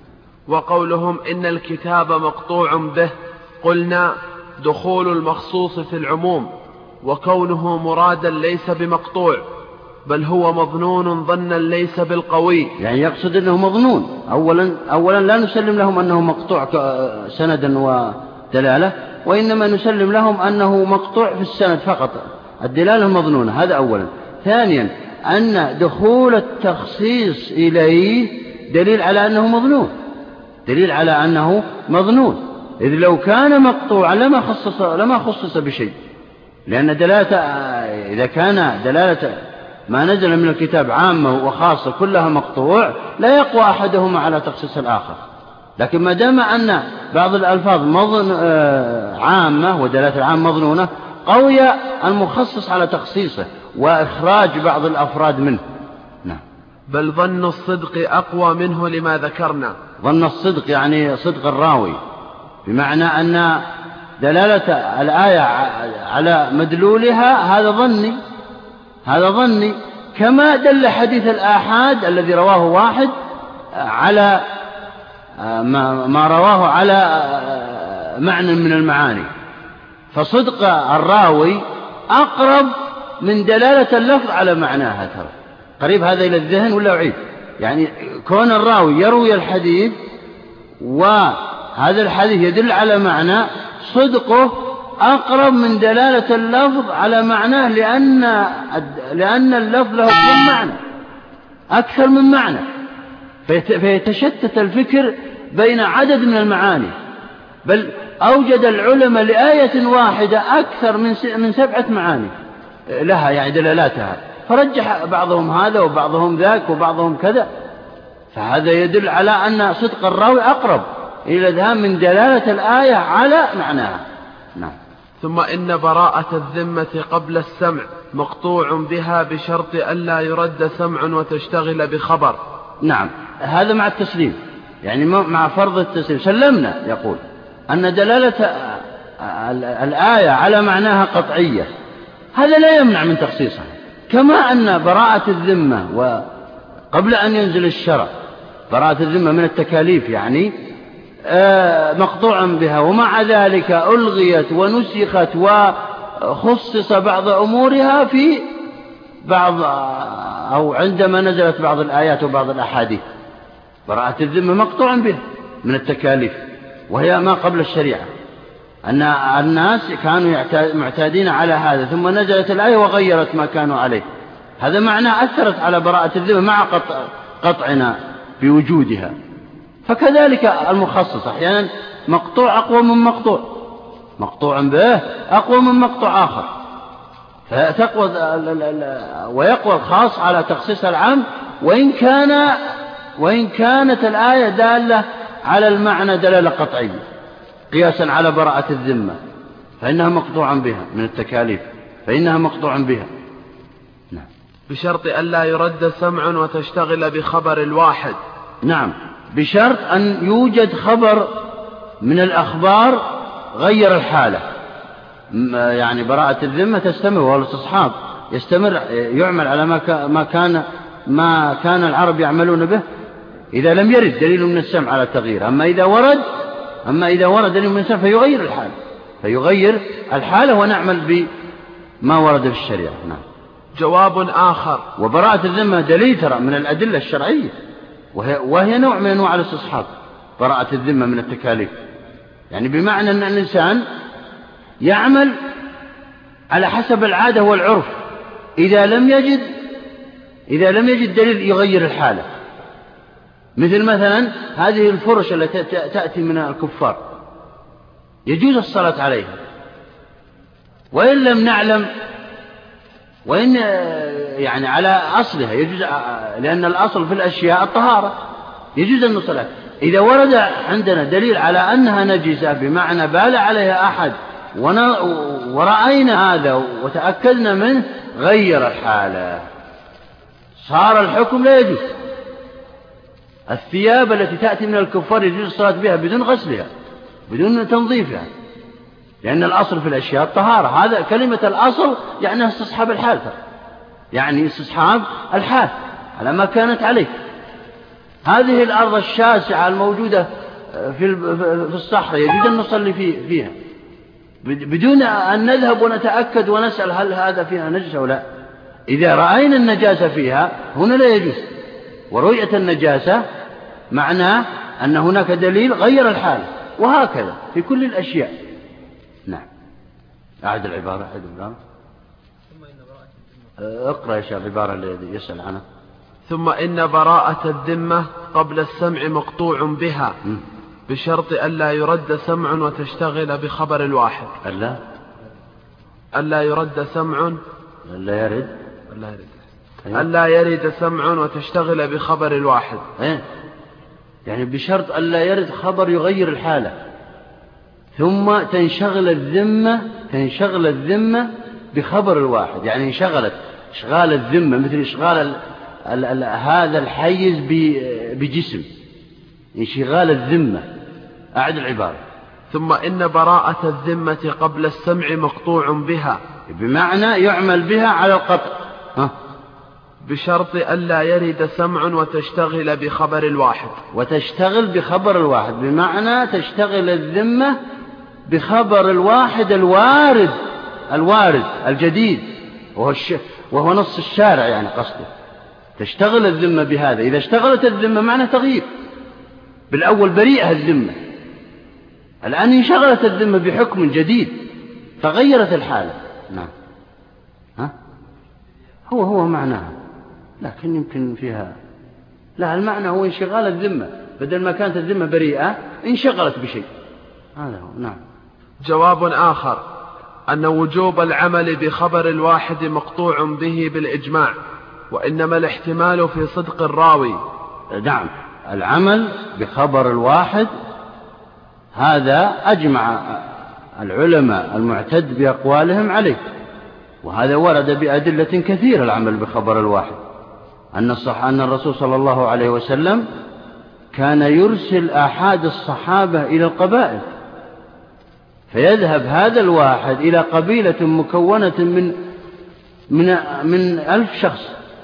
وقولهم إن الكتاب مقطوع به، قلنا دخول المخصوص في العموم، وكونه مرادا ليس بمقطوع، بل هو مظنون ظنا ليس بالقوي. يعني يقصد أنه مظنون. أولا, أولا لا نسلم لهم أنه مقطوع سندا ودلالة، وإنما نسلم لهم أنه مقطوع في السند فقط، الدلالة مظنونة. هذا أولا. ثانيا أن دخول التخصيص إليه دليل على أنه مظنون، دليل على أنه مظنون، إذ لو كان مقطوعا لما خصص لما خصص بشيء، لأن دلالة إذا كان دلالة ما نزل من الكتاب عامة وخاصة كلها مقطوع لا يقوى أحدهما على تخصيص الآخر. لكن ما دام أن بعض الألفاظ مظن عامة ودلالة العام مظنونة، قوي المخصص على تخصيصه وإخراج بعض الأفراد منه. نعم. بل ظن الصدق أقوى منه لما ذكرنا. ظن الصدق يعني صدق الراوي، بمعنى أن دلالة الآية على مدلولها هذا ظني، هذا ظني، كما دل حديث الآحاد الذي رواه واحد على ما رواه على معنى من المعاني. فصدق الراوي أقرب من دلالة اللفظ على معناها. ترى قريب هذا إلى الذهن ولا أعيد؟ يعني كون الراوي يروي الحديث وهذا الحديث يدل على معنى، صدقه أقرب من دلالة اللفظ على معناه، لأن لأن اللفظ له كم معنى أكثر من معنى، فيتشتت الفكر بين عدد من المعاني. بل أوجد العلماء لآية واحدة أكثر من من سبعة معاني لها، يعني دلالاتها، فرجح بعضهم هذا وبعضهم ذاك وبعضهم كذا. فهذا يدل على أن صدق الراوي أقرب إلى الذهاب من دلالة الآية على معناها. نعم. ثم إن براءة الذمة قبل السمع مقطوع بها بشرط ألا يرد سمع وتشتغل بخبر. نعم، هذا مع التسليم، يعني مع فرض التسليم سلمنا، يقول أن دلالة الآية على معناها قطعية، هذا لا يمنع من تخصيصها، كما أن براءة الذمة وقبل أن ينزل الشرع براءة الذمة من التكاليف يعني مقطوعا بها، ومع ذلك ألغيت ونسخت وخصص بعض أمورها في بعض أو عندما نزلت بعض الآيات وبعض الأحاديث. براءة الذمة مقطوعا بها من التكاليف، وهي ما قبل الشريعة، أن الناس كانوا معتادين على هذا، ثم نزلت الآية وغيرت ما كانوا عليه. هذا معناه أثرت على براءة الذمة مع قطع قطعنا بوجودها. فكذلك المخصص أحيانا مقطوع أقوى من مقطوع، مقطوع به أقوى من مقطوع آخر، فتقوى ويقوى الخاص على تخصيص العام، وإن كان وإن كانت الآية دالة على المعنى دلالة قطعية قياسا على براءة الذمة، فإنها مقطوعا بها من التكاليف، فإنها مقطوعا بها. نعم. بشرط ألا يرد سمع وتشتغل بخبر الواحد. نعم، بشرط أن يوجد خبر من الأخبار غير الحالة، يعني براءة الذمة تستمر والاستصحاب يستمر، يعمل على ما كان ما كان العرب يعملون به إذا لم يرد دليل من السمع على التغيير. أما إذا ورد أما إذا ورد دليل من السمع فيغير الحالة فيغير الحالة ونعمل بما ورد في الشريعة. نعم. جواب آخر. وبراءة الذمة دليل ترى من الأدلة الشرعية، وهي, وهي نوع من أنواع الاستصحاب، براءة الذمة من التكاليف، يعني بمعنى أن الإنسان يعمل على حسب العادة والعرف، إذا لم يجد إذا لم يجد دليل يغير الحالة. مثل مثلا هذه الفرش التي تأتي من الكفار يجوز الصلاة عليها، وإن لم نعلم، وإن يعني على أصلها يجوز، لأن الأصل في الأشياء الطهارة، يجوز أن نصلي. إذا ورد عندنا دليل على أنها نجسة بمعنى بال عليها أحد ورأينا هذا وتأكدنا منه، غير الحالة، صار الحكم لا يجوز. الثياب التي تأتي من الكفار يجوز الصلاة بها بدون غسلها بدون تنظيفها، لأن الأصل في الأشياء الطهارة. هذا كلمة الأصل يعني استصحاب الحال، يعني استصحاب الحال على ما كانت عليه. هذه الأرض الشاسعة الموجودة في في الصحراء يجوز أن نصلي فيها بدون أن نذهب ونتأكد ونسأل هل هذا فيها نجس أو لا. إذا رأينا النجاسة فيها هنا لا يجوز. ورؤية النجاسة معناه أن هناك دليل غير الحال، وهكذا في كل الأشياء. نعم. أعد العبارة أعد العبارة اقرأ يا شيخ العبارة الذي يسأل عنها. ثم إن براءة الذمة قبل السمع مقطوع بها م. بشرط ألا يرد سمع وتشتغل بخبر الواحد. ألا ألا يرد سمع ألا يرد ألا يرد أيوة. ألا يرد سمع وتشتغل بخبر الواحد. أيه؟ يعني بشرط ألا يرد خبر يغير الحالة. ثم تنشغل الذمة تنشغل الذمة بخبر الواحد، يعني انشغلت إشغال الذمة مثل إشغال ال ال ال هذا الحيز بجسم، انشغال الذمة. أعد العبارة. ثم إن براءة الذمة قبل السمع مقطوع بها، بمعنى يعمل بها على القطع. ها؟ بشرط ألا يرد سمع وتشتغل بخبر الواحد. وتشتغل بخبر الواحد بمعنى تشتغل الذمة بخبر الواحد الوارد الوارد الجديد، وهو, الش... وهو نص الشارع يعني قصده. تشتغل الذمة بهذا. إذا اشتغلت الذمة معنى تغيير. بالأول بريئة الذمة، الآن انشغلت الذمة بحكم جديد تغيرت الحالة. نعم. ها؟ هو هو معناها، لكن يمكن فيها لا، المعنى هو انشغال الذمة، بدل ما كانت الذمة بريئة انشغلت بشيء. هذا هو. نعم. جواب آخر أن وجوب العمل بخبر الواحد مقطوع به بالإجماع، وإنما الاحتمال في صدق الراوي. نعم، العمل بخبر الواحد هذا أجمع العلماء المعتد بأقوالهم عليه، وهذا ورد بأدلة كثيرة. العمل بخبر الواحد أن الصح أن الرسول صلى الله عليه وسلم كان يرسل آحاد الصحابة إلى القبائل، فيذهب هذا الواحد إلى قبيلة مكونة من من من ألف شخص،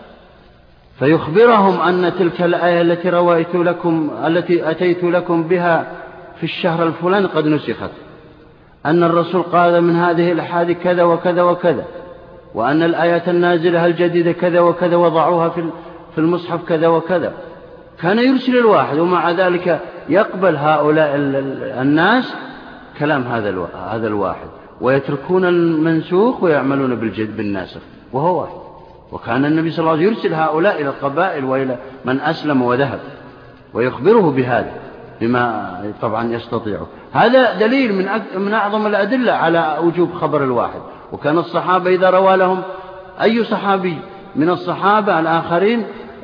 فيخبرهم أن تلك الآية التي رويت لكم التي أتيت لكم بها في الشهر الفلاني قد نسخت، أن الرسول قال من هذه الأحاديث كذا وكذا وكذا، وأن الآية النازلة الجديدة كذا وكذا وضعوها في في المصحف كذا وكذا. كان يرسل الواحد، ومع ذلك يقبل هؤلاء الناس كلام هذا هذا الواحد، ويتركون المنسوخ ويعملون بالجد بالناسخ، وهو واحد. وكان النبي صلى الله عليه وسلم يرسل هؤلاء إلى القبائل وإلى من أسلم وذهب، ويخبره بهذا بما طبعا يستطيعه. هذا دليل من من أعظم الأدلة على وجوب خبر الواحد. وكان الصحابة إذا روى لهم أي صحابي من الصحابة الآخرين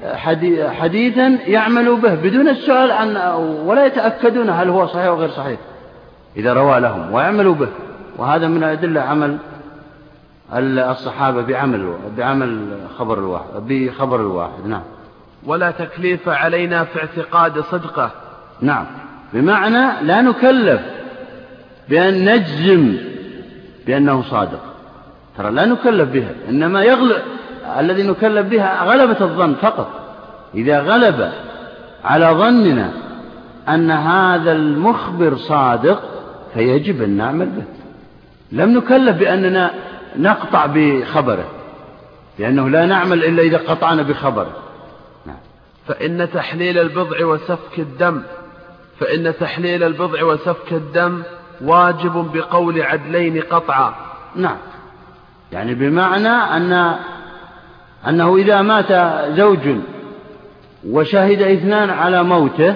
حديثا يعملوا به بدون السؤال عن ولا يتأكدون هل هو صحيح أو غير صحيح، إذا روى لهم ويعملوا به. وهذا من أدلة عمل الصحابة بعمل بعمل خبر الواحد بخبر الواحد. نعم. ولا تكليف علينا في اعتقاد صدقه. نعم، بمعنى لا نكلف بأن نجزم بأنه صادق، ترى لا نكلف بها، إنما يغلب الذي نكلف بها غلبة الظن فقط. إذا غلب على ظننا أن هذا المخبر صادق فيجب أن نعمل به. لم نكلف بأننا نقطع بخبره، لأنه لا نعمل إلا إذا قطعنا بخبره. نعم. فإن تحليل البضع وسفك الدم فإن تحليل البضع وسفك الدم واجب بقول عدلين قطعا. نعم، يعني بمعنى أن أنه إذا مات زوج وشهد اثنان على موته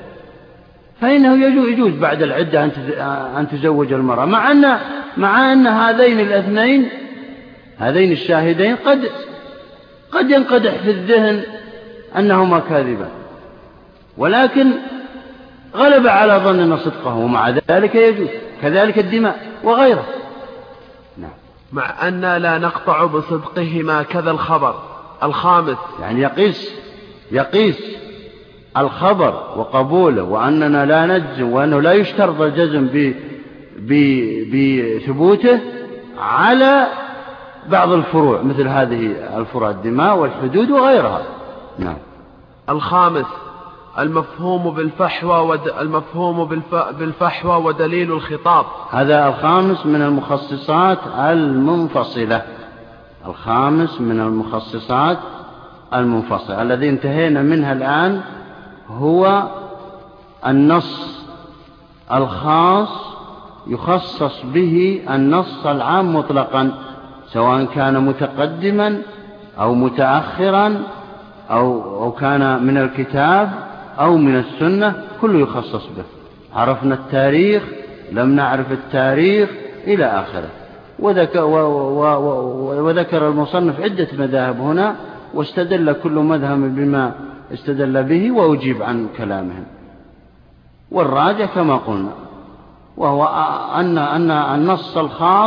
فإنه يجوز بعد العدة أن تزوج المرأة، مع أن مع أن هذين الاثنين هذين الشاهدين قد قد ينقدح في الذهن أنهما كاذبان، ولكن غلب على ظننا صدقه، ومع ذلك يجوز. كذلك الدماء وغيره. نعم. مع أننا لا نقطع بصدقهما كذا الخبر. الخامس يعني يقيس يقيس الخبر وقبوله، وأننا لا نجزم، وأنه لا يشترط الجزم بثبوته على بعض الفروع مثل هذه الفروع الدماء والحدود وغيرها. نعم. الخامس المفهوم بالفحوى ود... المفهوم بالف... بالفحوى ودليل الخطاب. هذا الخامس من المخصصات المنفصلة، الخامس من المخصصات المنفصلة الذي انتهينا منها الآن هو النص الخاص يخصص به النص العام مطلقا، سواء كان متقدما أو متأخرا أو, أو كان من الكتاب أو من السنة، كله يخصص به. عرفنا التاريخ، لم نعرف التاريخ، إلى آخره. وذكر, وذكر المصنف عدة مذاهب هنا، واستدل كل مذهب بما استدل به، وأجيب عن كلامهم. والراجع كما قلنا، وهو أن, أن النص الخاص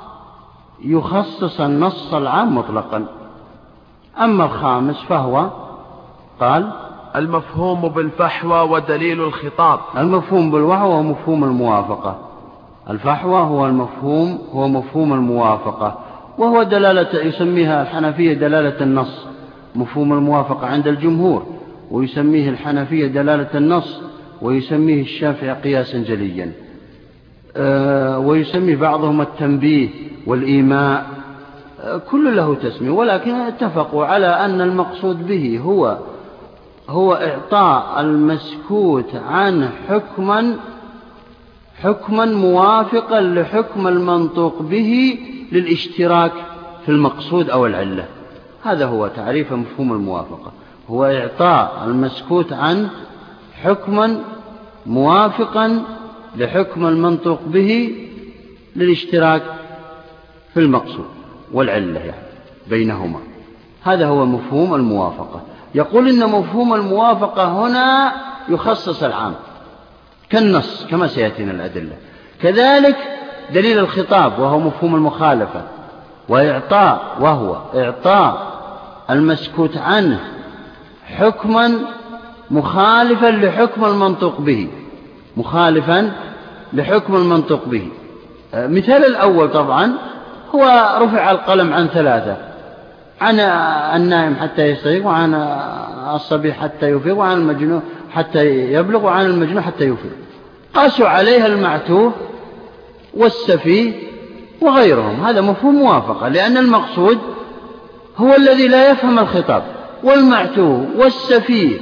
يخصص النص العام مطلقا. أما الخامس فهو قال المفهوم بالفحوى ودليل الخطاب. المفهوم بالوحوى هو مفهوم الموافقة. الفحوى هو المفهوم هو مفهوم الموافقة، وهو دلالة يسميها الحنفية دلالة النص، مفهوم الموافقة عند الجمهور، ويسميه الحنفية دلالة النص، ويسميه الشافعي قياسا جليا، أه ويسميه بعضهم التنبيه والإيماء، أه كل له تسمية، ولكن اتفقوا على أن المقصود به هو هو إعطاء المسكوت عنه حكما حكما موافقا لحكم المنطوق به للاشتراك في المقصود أو العلة. هذا هو تعريف مفهوم الموافقة، هو إعطاء المسكوت عنه حكما موافقا لحكم المنطوق به للاشتراك في المقصود والعلة يعني بينهما. هذا هو مفهوم الموافقة. يقول إن مفهوم الموافقة هنا يخصص العام كالنص كما سيأتينا الأدلة. كذلك دليل الخطاب وهو مفهوم المخالفة، وإعطاء وهو إعطاء المسكوت عنه حكما مخالفا لحكم المنطوق به، مخالفا لحكم المنطوق به. مثال الأول طبعا هو رفع القلم عن ثلاثة، عن النائم حتى يستيقظ، وعن الصبي حتى يفيق، وعن المجنون حتى يبلغ، وعن المجنون حتى يفيق. قاسوا عليها المعتوه والسفيه وغيرهم. هذا مفهوم موافقة، لأن المقصود هو الذي لا يفهم الخطاب، والمعتوه والسفيه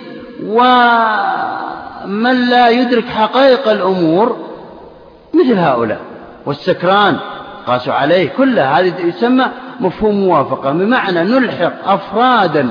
ومن لا يدرك حقائق الأمور مثل هؤلاء، والسكران قاسوا عليه. كل هذه يسمى مفهوم موافقة، بمعنى نلحق أفرادا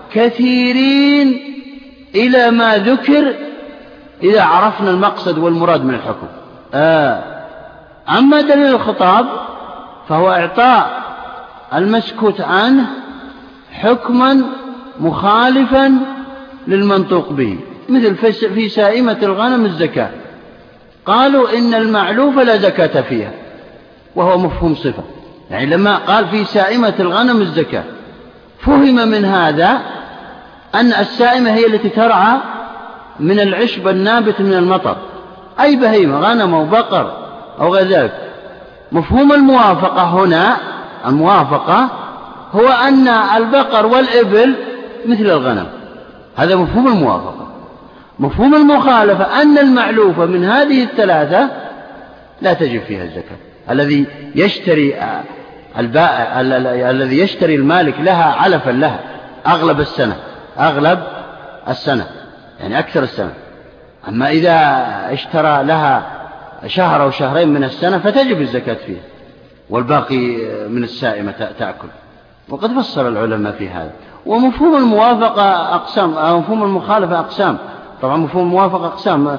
كثيرين إلى ما ذكر إذا عرفنا المقصد والمراد من الحكم. آه. أما دليل الخطاب فهو إعطاء المسكوت عنه حكما مخالفا للمنطوق به، مثل في سائمة الغنم الزكاة، قالوا إن المعلوف لا زكاة فيها، وهو مفهوم صفة. يعني لما قال في سائمة الغنم الزكاة، فهم من هذا أن السائمة هي التي ترعى من العشب النابت من المطر، أي بهيمة غنم أو بقر أو غير ذلك. مفهوم الموافقة هنا، الموافقة هو أن البقر والإبل مثل الغنم، هذا مفهوم الموافقة. مفهوم المخالفة أن المعلوفة من هذه الثلاثة لا تجب فيها الزكاة. الذي يشتري البائع الذي يشتري المالك لها علفا لها أغلب السنة، أغلب السنة يعني أكثر السنة. أما إذا اشترى لها شهر أو شهرين من السنة فتجب الزكاة فيه، والباقي من السائمة تأكل. وقد فصل العلماء في هذا. ومفهوم الموافقة أقسام، أو مفهوم المخالفة أقسام. طبعا مفهوم الموافقة أقسام،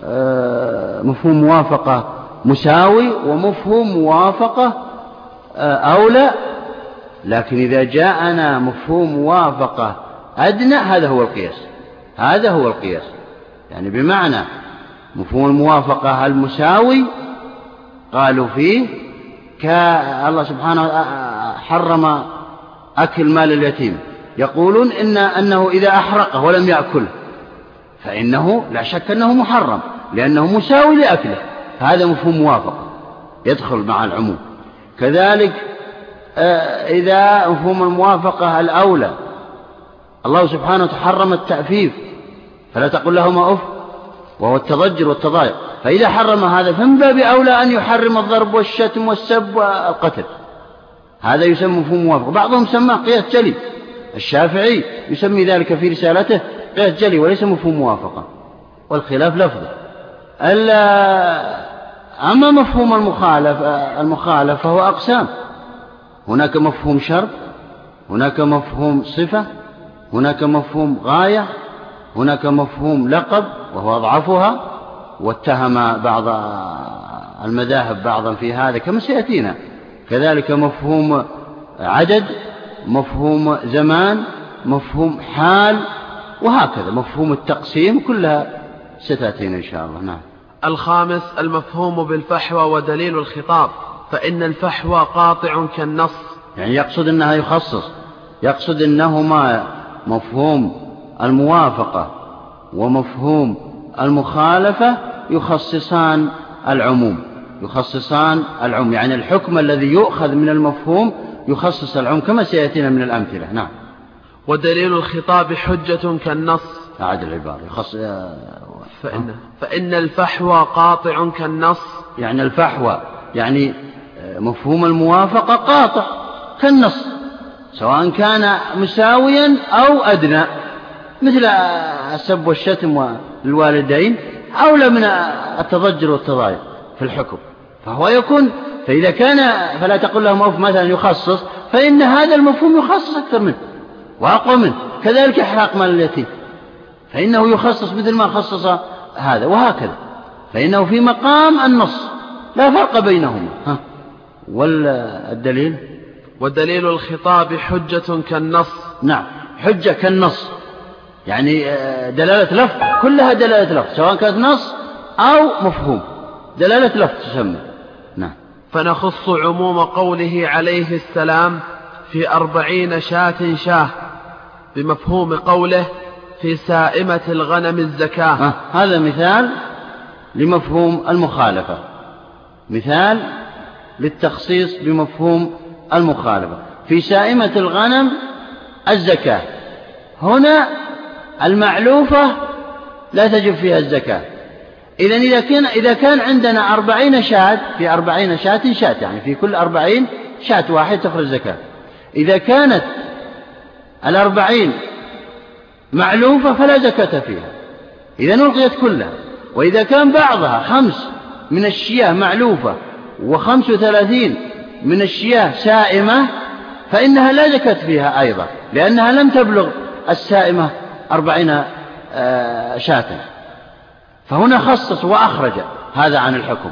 مفهوم موافقة مساوي، ومفهوم موافقة أولى. لكن إذا جاءنا مفهوم موافقة أدنى هذا هو القياس، هذا هو القياس. يعني بمعنى مفهوم الموافقة المساوي قالوا فيه كالله سبحانه حرم أكل مال اليتيم، يقولون إن أنه إذا أحرقه ولم يأكله فإنه لا شك أنه محرم لأنه مساوي لأكله. هذا مفهوم موافقة يدخل مع العموم. كذلك إذا مفهوم الموافقة الأولى، الله سبحانه حرم التعفيف فلا تقل لهما أف، وهو التضجر والتضايق. فإذا حرم هذا فمن باب أولى أن يحرم الضرب والشتم والسب والقتل. هذا يسمى مفهوم موافقة. بعضهم سماه قياس جلي، الشافعي يسمي ذلك في رسالته قياس جلي وليس مفهوم موافقة، والخلاف لفظه. أما مفهوم المخالف المخالف فهو أقسام. هناك مفهوم شرط، هناك مفهوم صفة، هناك مفهوم غاية، هناك مفهوم لقب وهو أضعفها، واتهم بعض المذاهب بعضا في هذا كما سيأتينا. كذلك مفهوم عدد، مفهوم زمان، مفهوم حال، وهكذا مفهوم التقسيم، كلها ستأتينا إن شاء الله. نعم. الخامس المفهوم بالفحوى ودليل الخطاب، فإن الفحوى قاطع كالنص. يعني يقصد أنها يخصص، يقصد أنهما مفهوم الموافقة ومفهوم المخالفة يخصصان العموم، يخصصان العموم، يعني الحكم الذي يؤخذ من المفهوم يخصص العموم كما سيأتينا من الأمثلة. نعم. ودليل الخطاب حجة كالنص. أعد العبارة. يخص... فإن... فإن الفحوى قاطع كالنص، يعني الفحوى يعني مفهوم الموافقة قاطع كالنص، سواء كان مساويا أو أدنى، مثل السب والشتم والوالدين أولى من التضجر والتضايق في الحكم. فهو يكون، فإذا كان فلا تقل لهم أف مثلا يخصص، فإن هذا المفهوم يخصص أكثر منه وأقوى منه. كذلك إحراق مال اليتيم فإنه يخصص مثل ما خصص هذا، وهكذا، فإنه في مقام النص لا فرق بينهما. ها. والدليل ودليل الخطاب حجة كالنص. نعم، حجة كالنص، يعني دلالة لفظ، كلها دلالة لفظ، سواء كانت نص أو مفهوم، دلالة لفظ تسمى. نعم. فنخص عموم قوله عليه السلام في أربعين شاة شاه بمفهوم قوله في سائمة الغنم الزكاة. آه. هذا مثال لمفهوم المخالفة، مثال للتخصيص بمفهوم المخالفة. في سائمة الغنم الزكاة، هنا المعلوفة لا تجب فيها الزكاة. إذن إذا كان, إذا كان عندنا أربعين شاة، في أربعين شاة شاة، يعني في كل أربعين شاة واحد تخرج زكاة. إذا كانت الأربعين معلوفة فلا زكاة فيها، إذا ألغيت كلها. وإذا كان بعضها خمس من الشياه معلوفة وخمس وثلاثين من الشياه سائمة فإنها لا زكاة فيها أيضا، لأنها لم تبلغ السائمة أربعين شاة. فهنا خصص وأخرج هذا عن الحكم.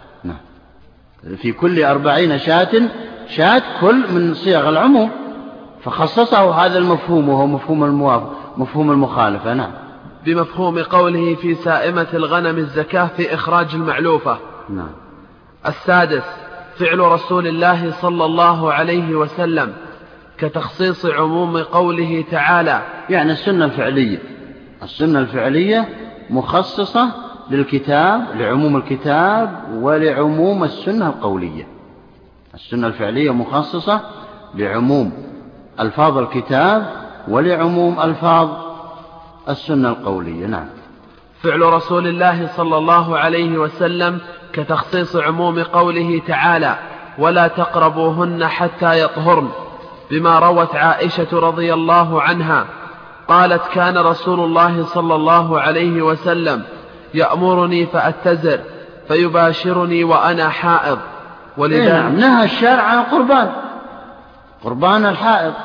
في كل أربعين شاة شاة كل من صيغ العموم، فخصصه هذا المفهوم وهو مفهوم الموافق، مفهوم المخالفة. نعم. بمفهوم قوله في سائمة الغنم الزكاة في إخراج المعلوفة. نعم. السادس فعل رسول الله صلى الله عليه وسلم كتخصيص عموم قوله تعالى، يعني السنة الفعلية، السنة الفعلية مخصصة للكتاب، لعموم الكتاب ولعموم السنة القولية. السنة الفعلية مخصصة لعموم ألفاظ الكتاب ولعموم ألفاظ السنة القولية. نعم. فعل رسول الله صلى الله عليه وسلم كتخصيص عموم قوله تعالى ولا تقربوهن حتى يطهرن، بما روت عائشة رضي الله عنها قالت كان رسول الله صلى الله عليه وسلم يأمرني فأتزر فيباشرني وأنا حائض. ولذلك نعم. نهى الشارع عن القربان، قربان الحائض،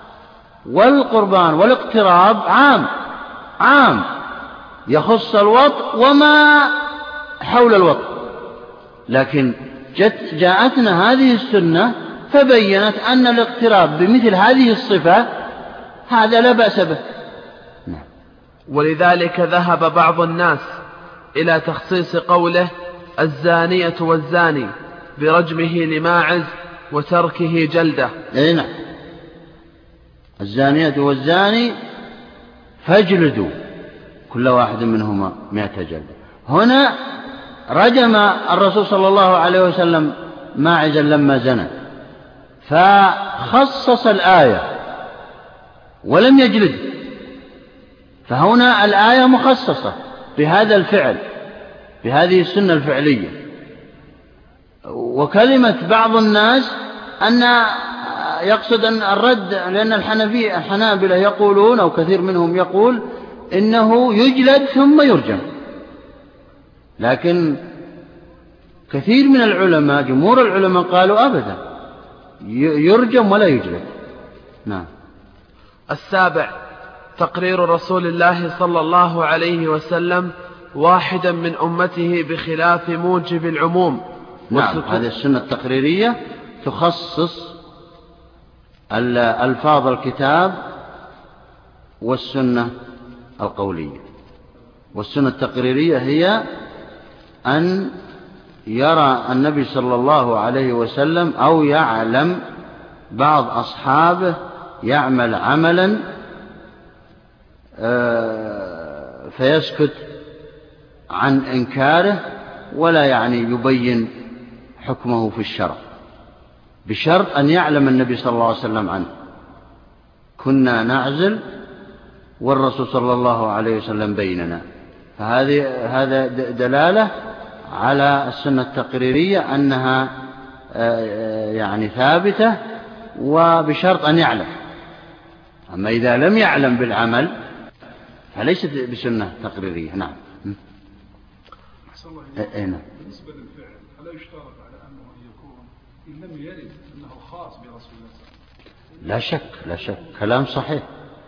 والقربان والاقتراب عام عام يخص الوطء وما حول الوطء. لكن جت جاءتنا هذه السنة فبينت أن الاقتراب بمثل هذه الصفة هذا لا بأس به. ولذلك ذهب بعض الناس إلى تخصيص قوله الزانية والزاني برجمه لماعز وتركه جلده. أي نعم. الزانية والزاني فاجلدوا كل واحد منهما مئة جلدة. هنا رجم الرسول صلى الله عليه وسلم ماعزا لما زنى، فخصص الآية ولم يجلد، فهنا الآية مخصصة بهذا الفعل، بهذه السنة الفعلية. وكلمة بعض الناس أن يقصد أن الرد، لأن الحنفية الحنابلة يقولون أو كثير منهم يقول إنه يجلد ثم يرجم، لكن كثير من العلماء جمهور العلماء قالوا أبدا يرجم ولا يجلد. نعم. السابع تقرير رسول الله صلى الله عليه وسلم واحدا من أمته بخلاف موجب العموم. نعم، هذه السنة التقريرية تخصص ألفاظ الكتاب والسنة القولية. والسنة التقريرية هي أن يرى النبي صلى الله عليه وسلم أو يعلم بعض أصحابه يعمل عملا فيسكت عن إنكاره ولا يعني يبين حكمه في الشرع، بشرط أن يعلم النبي صلى الله عليه وسلم عنه. كنا نعزل والرسول صلى الله عليه وسلم بيننا. فهذه هذا دلالة على السنة التقريرية أنها يعني ثابتة وبشرط أن يعلم. أما إذا لم يعلم بالعمل فليست بسنة تقريرية. نعم. إيه نعم. بالنسبة للفعل ألا يشترط على أنه يكون إن لم يرد أنه خاص برسول الله صلى الله عليه وسلم؟ لا شك لا شك، كلام صحيح.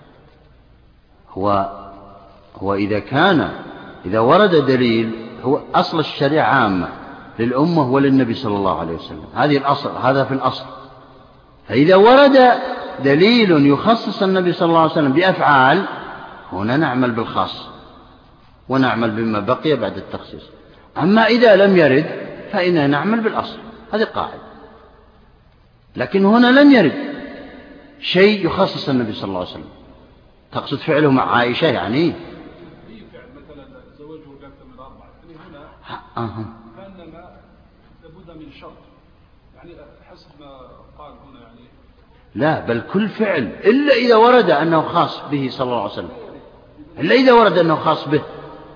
هو هو إذا كان إذا ورد دليل، هو أصل الشريعة عامة للأمة وللنبي صلى الله عليه وسلم، هذه الأصل، هذا في الأصل. فإذا ورد دليل يخصص النبي صلى الله عليه وسلم بأفعال، هنا نعمل بالخاص ونعمل بما بقي بعد التخصيص. أما إذا لم يرد فإننا نعمل بالأصل، هذه قاعدة. لكن هنا لم يرد شيء يخصص النبي صلى الله عليه وسلم. تقصد فعله مع عائشة يعني فعل مثلا زوجه بأكثر من أربعة، يعني هنا أه. كأنما لابد من شرط، يعني حسب ما قال هنا يعني لا، بل كل فعل إلا إذا ورد أنه خاص به صلى الله عليه وسلم، إلا إذا ورد أنه خاص به.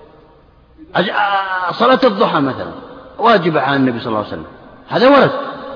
صلاة الضحى مثلا واجبة على النبي صلى الله عليه وسلم، هذا ورد.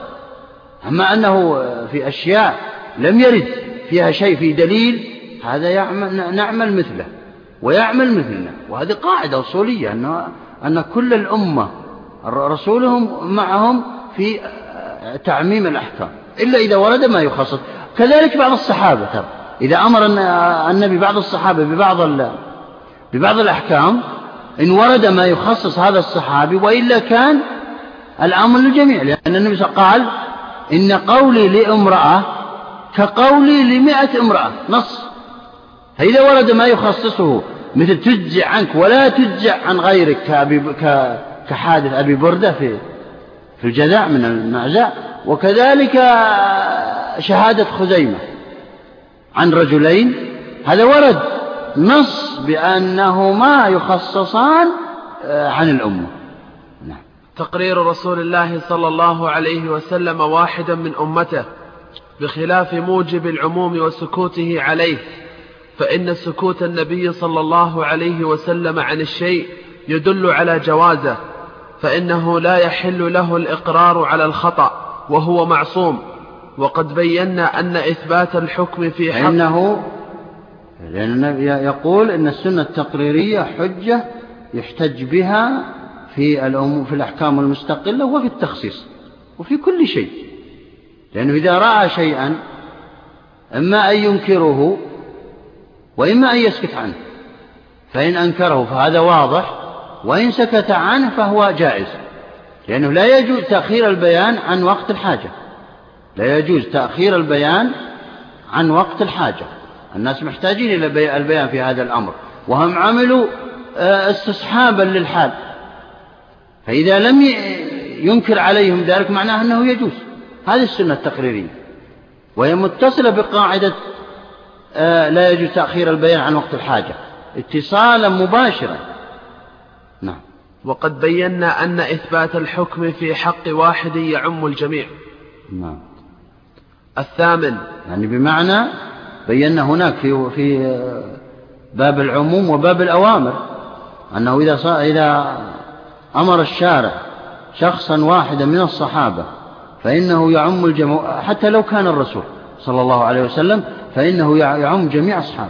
أما أنه في أشياء لم يرد فيها شيء في دليل، هذا يعمل نعمل مثله ويعمل مثلنا. وهذه قاعدة أصولية أن أن كل الأمة رسولهم معهم في تعميم الأحكام إلا إذا ورد ما يخصص. كذلك بعض الصحابة ترى إذا أمر النبي بعض الصحابة ببعض ببعض الأحكام، إن ورد ما يخصص هذا الصحابي، وإلا كان الأمر للجميع، لأن النبي صلى الله عليه وسلم قال إن قولي لامرأة كقولي لمئة امرأة، نص. فإذا ورد ما يخصصه مثل تجزع عنك ولا تجزع عن غيرك كحادث أبي بردة في في الجذع من المعزاء، وكذلك شهادة خزيمة عن رجلين، هذا ورد نص بأنهما يخصصان عن الأمة. نعم. تقرير رسول الله صلى الله عليه وسلم واحدا من أمته بخلاف موجب العموم وسكوته عليه، فإن سكوت النبي صلى الله عليه وسلم عن الشيء يدل على جوازه، فإنه لا يحل له الإقرار على الخطأ وهو معصوم. وقد بينا أن إثبات الحكم في حق إنه لأن النبي يقول إن السنة التقريرية حجة يحتج بها في الأمور في الأحكام المستقلة وفي التخصيص وفي كل شيء، لأنه إذا رأى شيئا إما أن ينكره وإما أن يسكت عنه، فإن أنكره فهذا واضح، وإن سكت عنه فهو جائز، لأنه لا يجوز تأخير البيان عن وقت الحاجة، لا يجوز تأخير البيان عن وقت الحاجة. الناس محتاجين إلى البيان في هذا الأمر، وهم عملوا استصحابا للحال، فإذا لم ينكر عليهم ذلك معناه أنه يجوز. هذه السنة التقريرية، وهي متصلة بقاعدة لا يجوز تأخير البيان عن وقت الحاجة اتصالا مباشرا. نعم. وقد بينا أن إثبات الحكم في حق واحد يعم الجميع. نعم. الثامن، يعني بمعنى بينا هناك في في باب العموم وباب الأوامر، أنه إذا إذا أمر الشارع شخصا واحدا من الصحابة فإنه يعم الجميع، حتى لو كان الرسول صلى الله عليه وسلم فإنه يعم جميع أصحابه.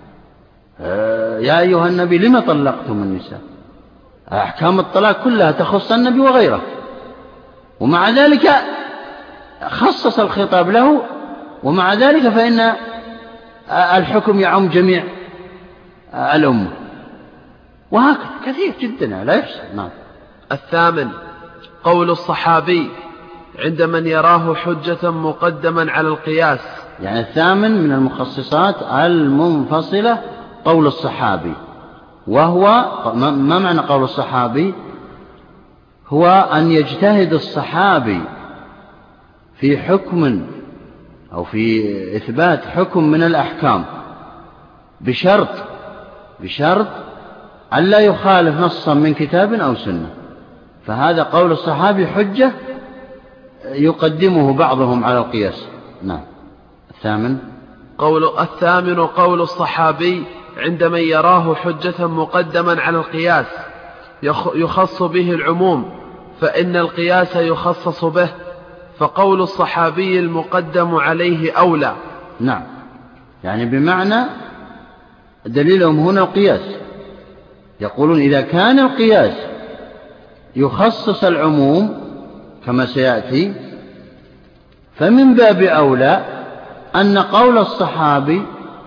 يا أيها النبي لما طلقتم النساء؟ أحكام الطلاق كلها تخص النبي وغيره، ومع ذلك خصص الخطاب له، ومع ذلك فإن الحكم يعم جميع الأمة، وهكذا كثير جدا لا يحصى. نعم. الثامن قول الصحابي عند من يراه حجة مقدما على القياس. يعني الثامن من المخصصات المنفصلة قول الصحابي، وهو ما معنى قول الصحابي؟ هو أن يجتهد الصحابي في حكم أو في إثبات حكم من الأحكام بشرط بشرط أن لا يخالف نصا من كتاب أو سنة، فهذا قول الصحابي حجة يقدمه بعضهم على القياس. نعم. الثامن قول الثامن قول الصحابي عند من يراه حجة مقدما على القياس يخص به العموم، فإن القياس يخصص به، فقول الصحابي المقدم عليه أولى. نعم، يعني بمعنى دليلهم هنا القياس، يقولون إذا كان القياس يخصص العموم كما سيأتي فمن باب أولى أن قول الصحابي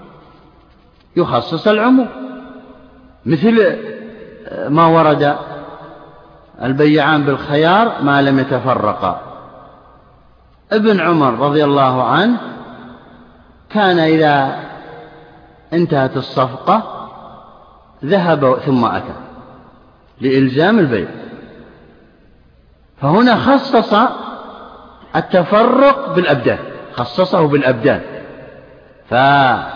يخصص العموم، مثل ما ورد البيعان بالخيار ما لم يتفرقا. ابن عمر رضي الله عنه كان إذا انتهت الصفقة ذهب ثم أتى لإلزام البيع، فهنا خصص التفرق بالأبدان، خصصه بالأبدان، فهذا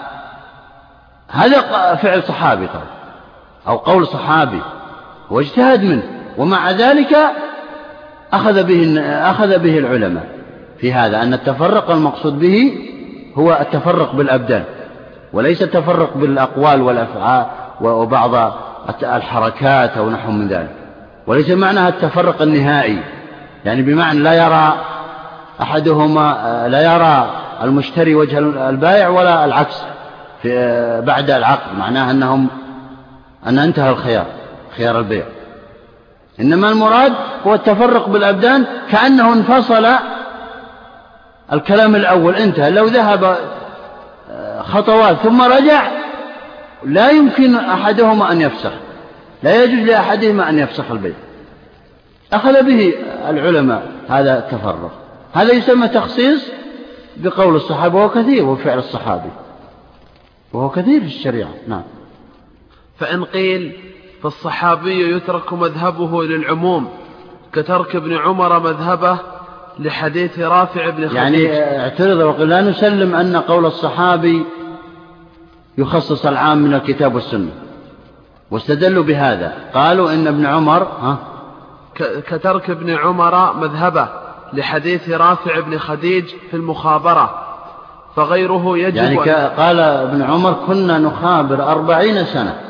فعل صحابي طبعا أو قول صحابي واجتهد منه، ومع ذلك أخذ به, أخذ به العلماء في هذا أن التفرق المقصود به هو التفرق بالأبدان وليس التفرق بالأقوال والأفعال وبعض الحركات أو نحو من ذلك، وليس معناها التفرق النهائي، يعني بمعنى لا يرى أحدهما لا يرى المشتري وجه البائع ولا العكس في بعد العقد، معناها أنهم أن انتهى الخيار خيار البيع، إنما المراد هو التفرق بالأبدان كأنه انفصل الكلام الأول انتهى، لو ذهب خطوات ثم رجع لا يمكن أحدهما أن يفسخ، لا يجوز لأحدهما أن يفسخ البيع، أخذ به العلماء هذا التفرق، هذا يسمى تخصيص بقول الصحابة، وهو كثير وفعل الصحابي وهو كثير في الشريعة. نعم. فإن قيل فالصحابي يترك مذهبه للعموم كترك ابن عمر مذهبه لحديث رافع بن خديج، يعني اعترض وقال لا نسلم أن قول الصحابي يخصص العام من الكتاب والسنة، واستدلوا بهذا قالوا إن ابن عمر ها كترك ابن عمر مذهبه لحديث رافع بن خديج في المخابرة، فغيره يجب يعني قال ابن عمر كنا نخابر أربعين سنة،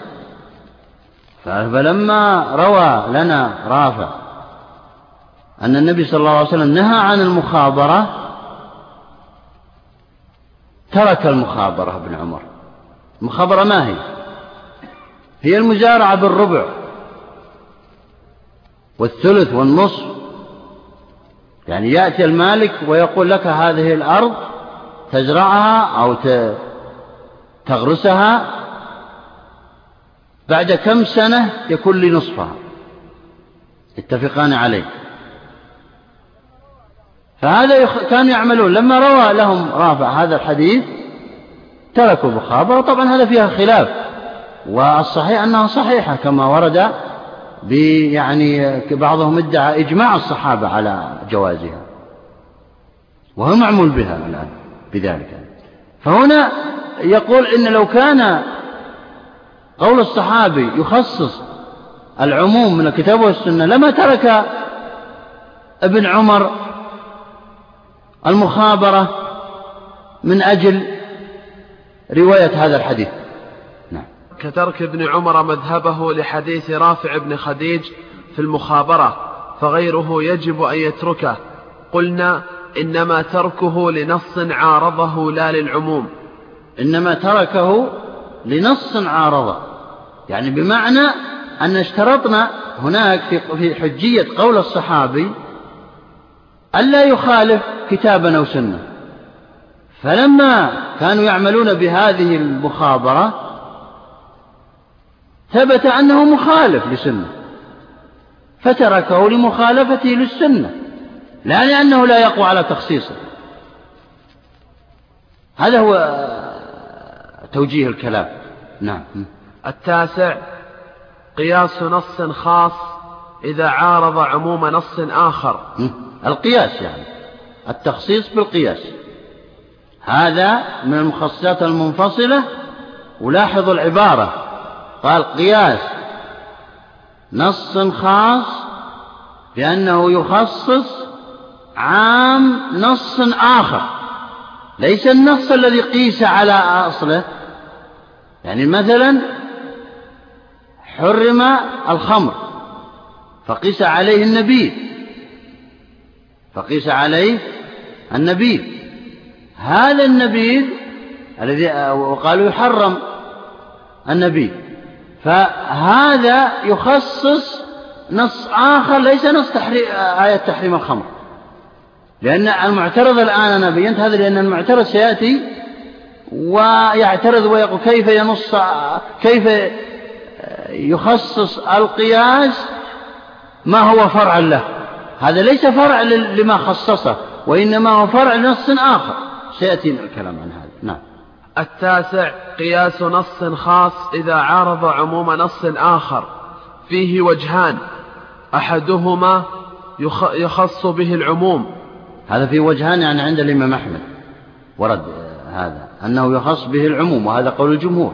فلما روى لنا رافع أن النبي صلى الله عليه وسلم نهى عن المخابرة ترك المخابرة ابن عمر. المخابرة ما هي؟ هي المزارعة بالربع والثلث والنصف، يعني يأتي المالك ويقول لك هذه الأرض تزرعها أو تغرسها، بعد كم سنة يكون لي نصفها، اتفقان عليه. فهذا كانوا يعملون، لما روى لهم رافع هذا الحديث تركوا المخابرة. طبعا هذا فيها خلاف، والصحيح أنها صحيحة كما ورد، يعني بعضهم ادعى إجماع الصحابة على جوازها وهو معمول بها الآن بذلك. فهنا يقول إن لو كان قول الصحابي يخصص العموم من الكتاب والسنة لما ترك ابن عمر المخابرة من أجل رواية هذا الحديث. نعم. كترك ابن عمر مذهبه لحديث رافع بن خديج في المخابرة، فغيره يجب أن يتركه. قلنا إنما تركه لنص عارضه لا للعموم. إنما تركه لنص عارضه، يعني بمعنى أن اشترطنا هناك في حجية قول الصحابي ألا يخالف كتابا أو سنة، فلما كانوا يعملون بهذه المخابرة ثبت أنه مخالف لسنة فتركه لمخالفته للسنة، لا لأنه لا يقوى على تخصيصه. هذا هو توجيه الكلام. نعم. التاسع قياس نص خاص إذا عارض عموم نص آخر. القياس يعني التخصيص بالقياس، هذا من المخصصات المنفصلة. ولاحظوا العبارة، قال قياس نص خاص بأنه يخصص عام نص آخر، ليس النص الذي قيس على أصله. يعني مثلا حرم الخمر فقيس عليه النبيذ فقيس عليه النبيذ هذا النبيذ الذي وقالوا يحرم النبيذ، فهذا يخصص نص آخر ليس نص تحريم آية تحريم الخمر، لأن المعترض الآن أنا بينت هذا، لأن المعترض سيأتي ويعترض ويقول كيف ينص كيف يخصص القياس ما هو فرع له. هذا ليس فرع لما خصصه، وإنما هو فرع لنص آخر، سيأتي الكلام عن هذا. نعم. التاسع قياس نص خاص إذا عارض عموم نص آخر، فيه وجهان، أحدهما يخص به العموم. هذا فيه وجهان يعني عند الإمام أحمد ورد هذا أنه يخص به العموم، وهذا قول الجمهور،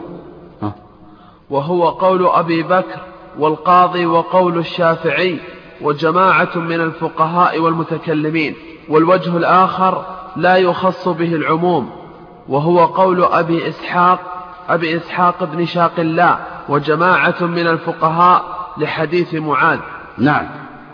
وهو قول أبي بكر والقاضي وقول الشافعي وجماعة من الفقهاء والمتكلمين. والوجه الآخر لا يخص به العموم، وهو قول أبي إسحاق أبي إسحاق بن شاق الله وجماعة من الفقهاء لحديث معاذ. نعم.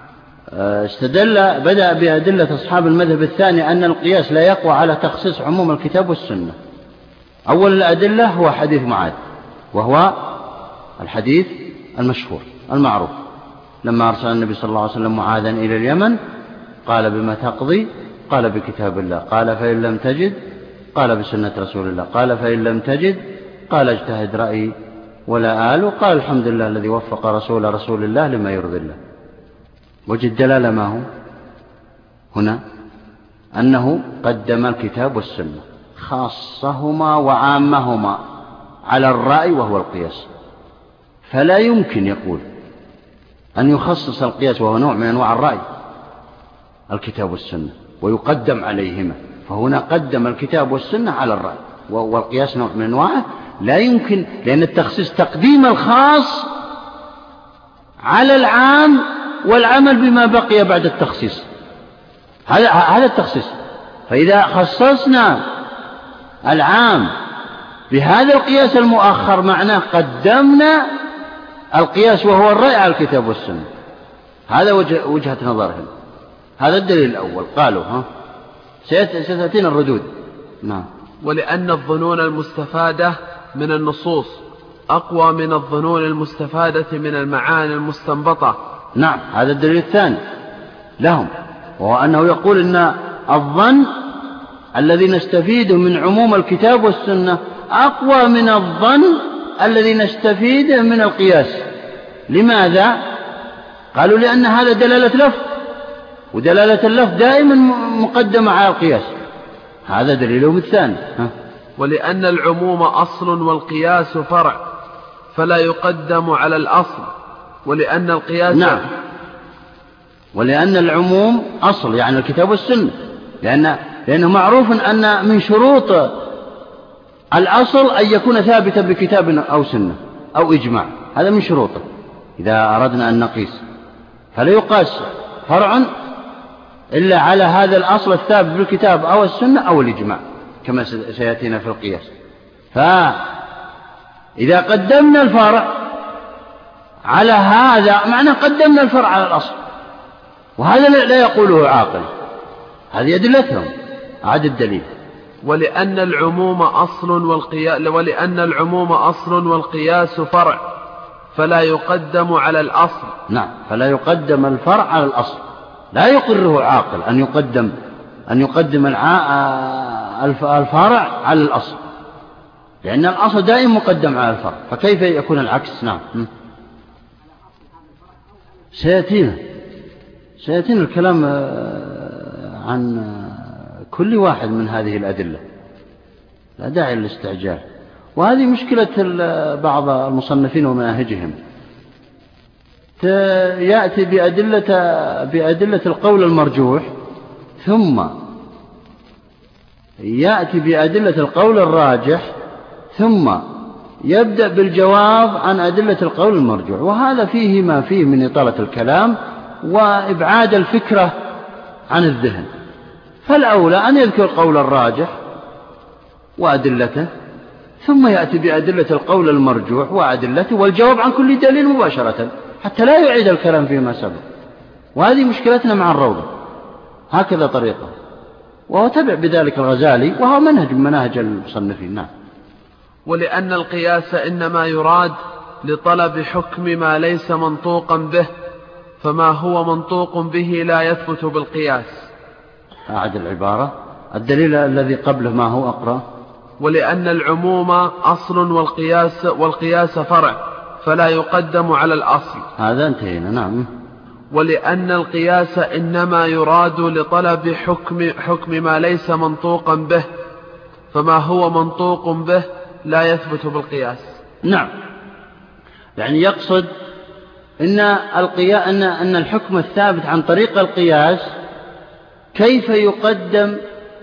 استدل بدأ بأدلة أصحاب المذهب الثاني أن القياس لا يقوى على تخصيص عموم الكتاب والسنة. أول الأدلة هو حديث معاذ، وهو الحديث المشهور المعروف لما أرسل النبي صلى الله عليه وسلم معاذا إلى اليمن قال بما تقضي؟ قال بكتاب الله. قال فإن لم تجد؟ قال بسنة رسول الله. قال فإن لم تجد؟ قال اجتهد رأيي ولا آل. قال الحمد لله الذي وفق رسول رسول الله لما يرضي الله. وجه الدلالة ما هو هنا؟ أنه قدم الكتاب والسنة، خاصهما وعامهما على الرأي وهو القياس. فلا يمكن يقول أن يخصص القياس وهو نوع من أنواع الرأي الكتاب والسنة ويقدم عليهما، فهنا قدم الكتاب والسنة على الرأي، والقياس نوع من أنواعه. لا يمكن، لأن التخصيص تقديم الخاص على العام والعمل بما بقي بعد التخصيص، هذا هذا التخصيص. فإذا خصصنا العام بهذا القياس المؤخر معناه قدمنا القياس وهو الرأي على الكتاب والسنة. هذا وجه وجهة نظرهم. هذا الدليل الأول. قالوا ها ستأتينا الردود. نعم. ولأن الظنون المستفادة من النصوص أقوى من الظنون المستفادة من المعاني المستنبطة. نعم، هذا الدليل الثاني لهم، وهو أنه يقول إن الظن الذي نستفيده من عموم الكتاب والسنة أقوى من الظن الذي نستفيده من القياس. لماذا؟ قالوا لأن هذا دلالة لفظ، ودلالة اللفظ دائما مقدمة على القياس. هذا دليلهم الثاني. ها؟ ولأن العموم أصل والقياس فرع فلا يقدم على الأصل، ولأن القياس نعم، ولأن العموم أصل يعني الكتاب والسنة، لأن لأنه معروف أن من شروط الأصل أن يكون ثابتا بكتاب أو سنة أو إجماع، هذا من شروطه إذا أردنا أن نقيس. فلا يقاس فرع إلا على هذا الأصل الثابت بالكتاب أو السنة أو الإجماع كما سيأتينا في القياس. إذا قدمنا الفرع على هذا معنى قدمنا الفرع على الأصل، وهذا لا يقوله عاقل. هذه أدلتهم، عاد الدليل. ولأن العموم أصل والقياس ولأن العموم أصل والقياس فرع فلا يقدم على الأصل. نعم، فلا يقدم الفرع على الأصل، لا يقره عاقل أن يقدم أن يقدم الفرع على الأصل، لأن الأصل دائما مقدم على الفرع، فكيف يكون العكس؟ نعم، سيأتينا سيأتينا الكلام عن كل واحد من هذه الأدلة، لا داعي للاستعجال. وهذه مشكلة بعض المصنفين ومناهجهم، يأتي بأدلة, بأدلة القول المرجوح، ثم يأتي بأدلة القول الراجح، ثم يبدأ بالجواب عن أدلة القول المرجوح، وهذا فيه ما فيه من إطالة الكلام وإبعاد الفكرة عن الذهن. فالأولى أن يذكر القول الراجح وأدلته، ثم يأتي بأدلة القول المرجوح وأدلته، والجواب عن كل دليل مباشرة حتى لا يعيد الكلام فيما سبق. وهذه مشكلتنا مع الروضة، هكذا طريقة، وهو تبع بذلك الغزالي، وهو منهج من مناهج المصنفين. نعم. ولأن القياس إنما يراد لطلب حكم ما ليس منطوقا به، فما هو منطوق به لا يثبت بالقياس. أعد العبارة، الدليل الذي قبله ما هو؟ أقرأ. ولأن العموم أصل والقياس, والقياس فرع فلا يقدم على الأصل. هذا انتهينا. نعم. ولأن القياس إنما يراد لطلب حكم, حكم ما ليس منطوقا به، فما هو منطوق به لا يثبت بالقياس. نعم، يعني يقصد إن, القياس أن, أن الحكم الثابت عن طريق القياس كيف يقدم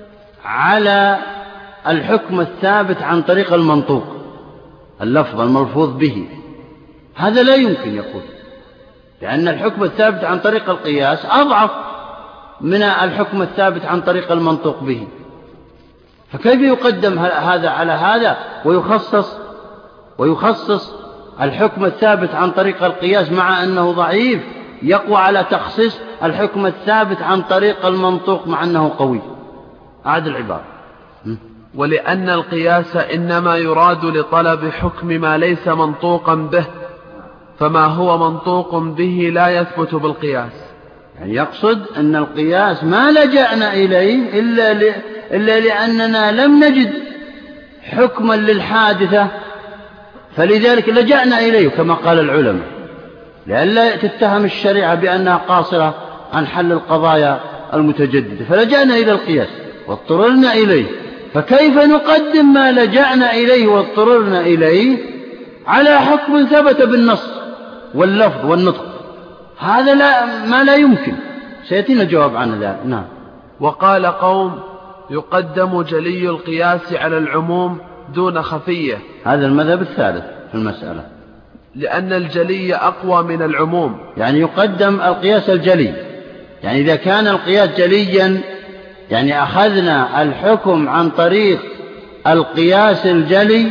على الحكم الثابت عن طريق المنطوق، اللفظ الملفوظ به. هذا لا يمكن يقول، لأن الحكم الثابت عن طريق القياس أضعف من الحكم الثابت عن طريق المنطوق به، فكيف يقدم هذا على هذا ويخصص ويخصص الحكم الثابت عن طريق القياس مع أنه ضعيف يقوى على تخصيص الحكم الثابت عن طريق المنطوق مع أنه قوي؟ أعد العبارة. ولأن القياس إنما يراد لطلب حكم ما ليس منطوقا به، فما هو منطوق به لا يثبت بالقياس. يعني يقصد أن القياس ما لجأنا إليه إلا, ل... إلا لأننا لم نجد حكما للحادثة، فلذلك لجأنا إليه كما قال العلماء، لئلا تتهم الشريعة بأنها قاصرة عن حل القضايا المتجددة، فلجأنا إلى القياس واضطررنا إليه. فكيف نقدم ما لجأنا إليه واضطررنا إليه على حكم ثبت بالنص واللفظ والنطق؟ هذا لا ما لا يمكن، سيأتينا جواب عن ذلك. نعم. وقال قوم يقدم جلي القياس على العموم دون خفية. هذا المذهب الثالث في المسألة، لأن الجلي أقوى من العموم. يعني يقدم القياس الجلي، يعني إذا كان القياس جليا يعني أخذنا الحكم عن طريق القياس الجلي،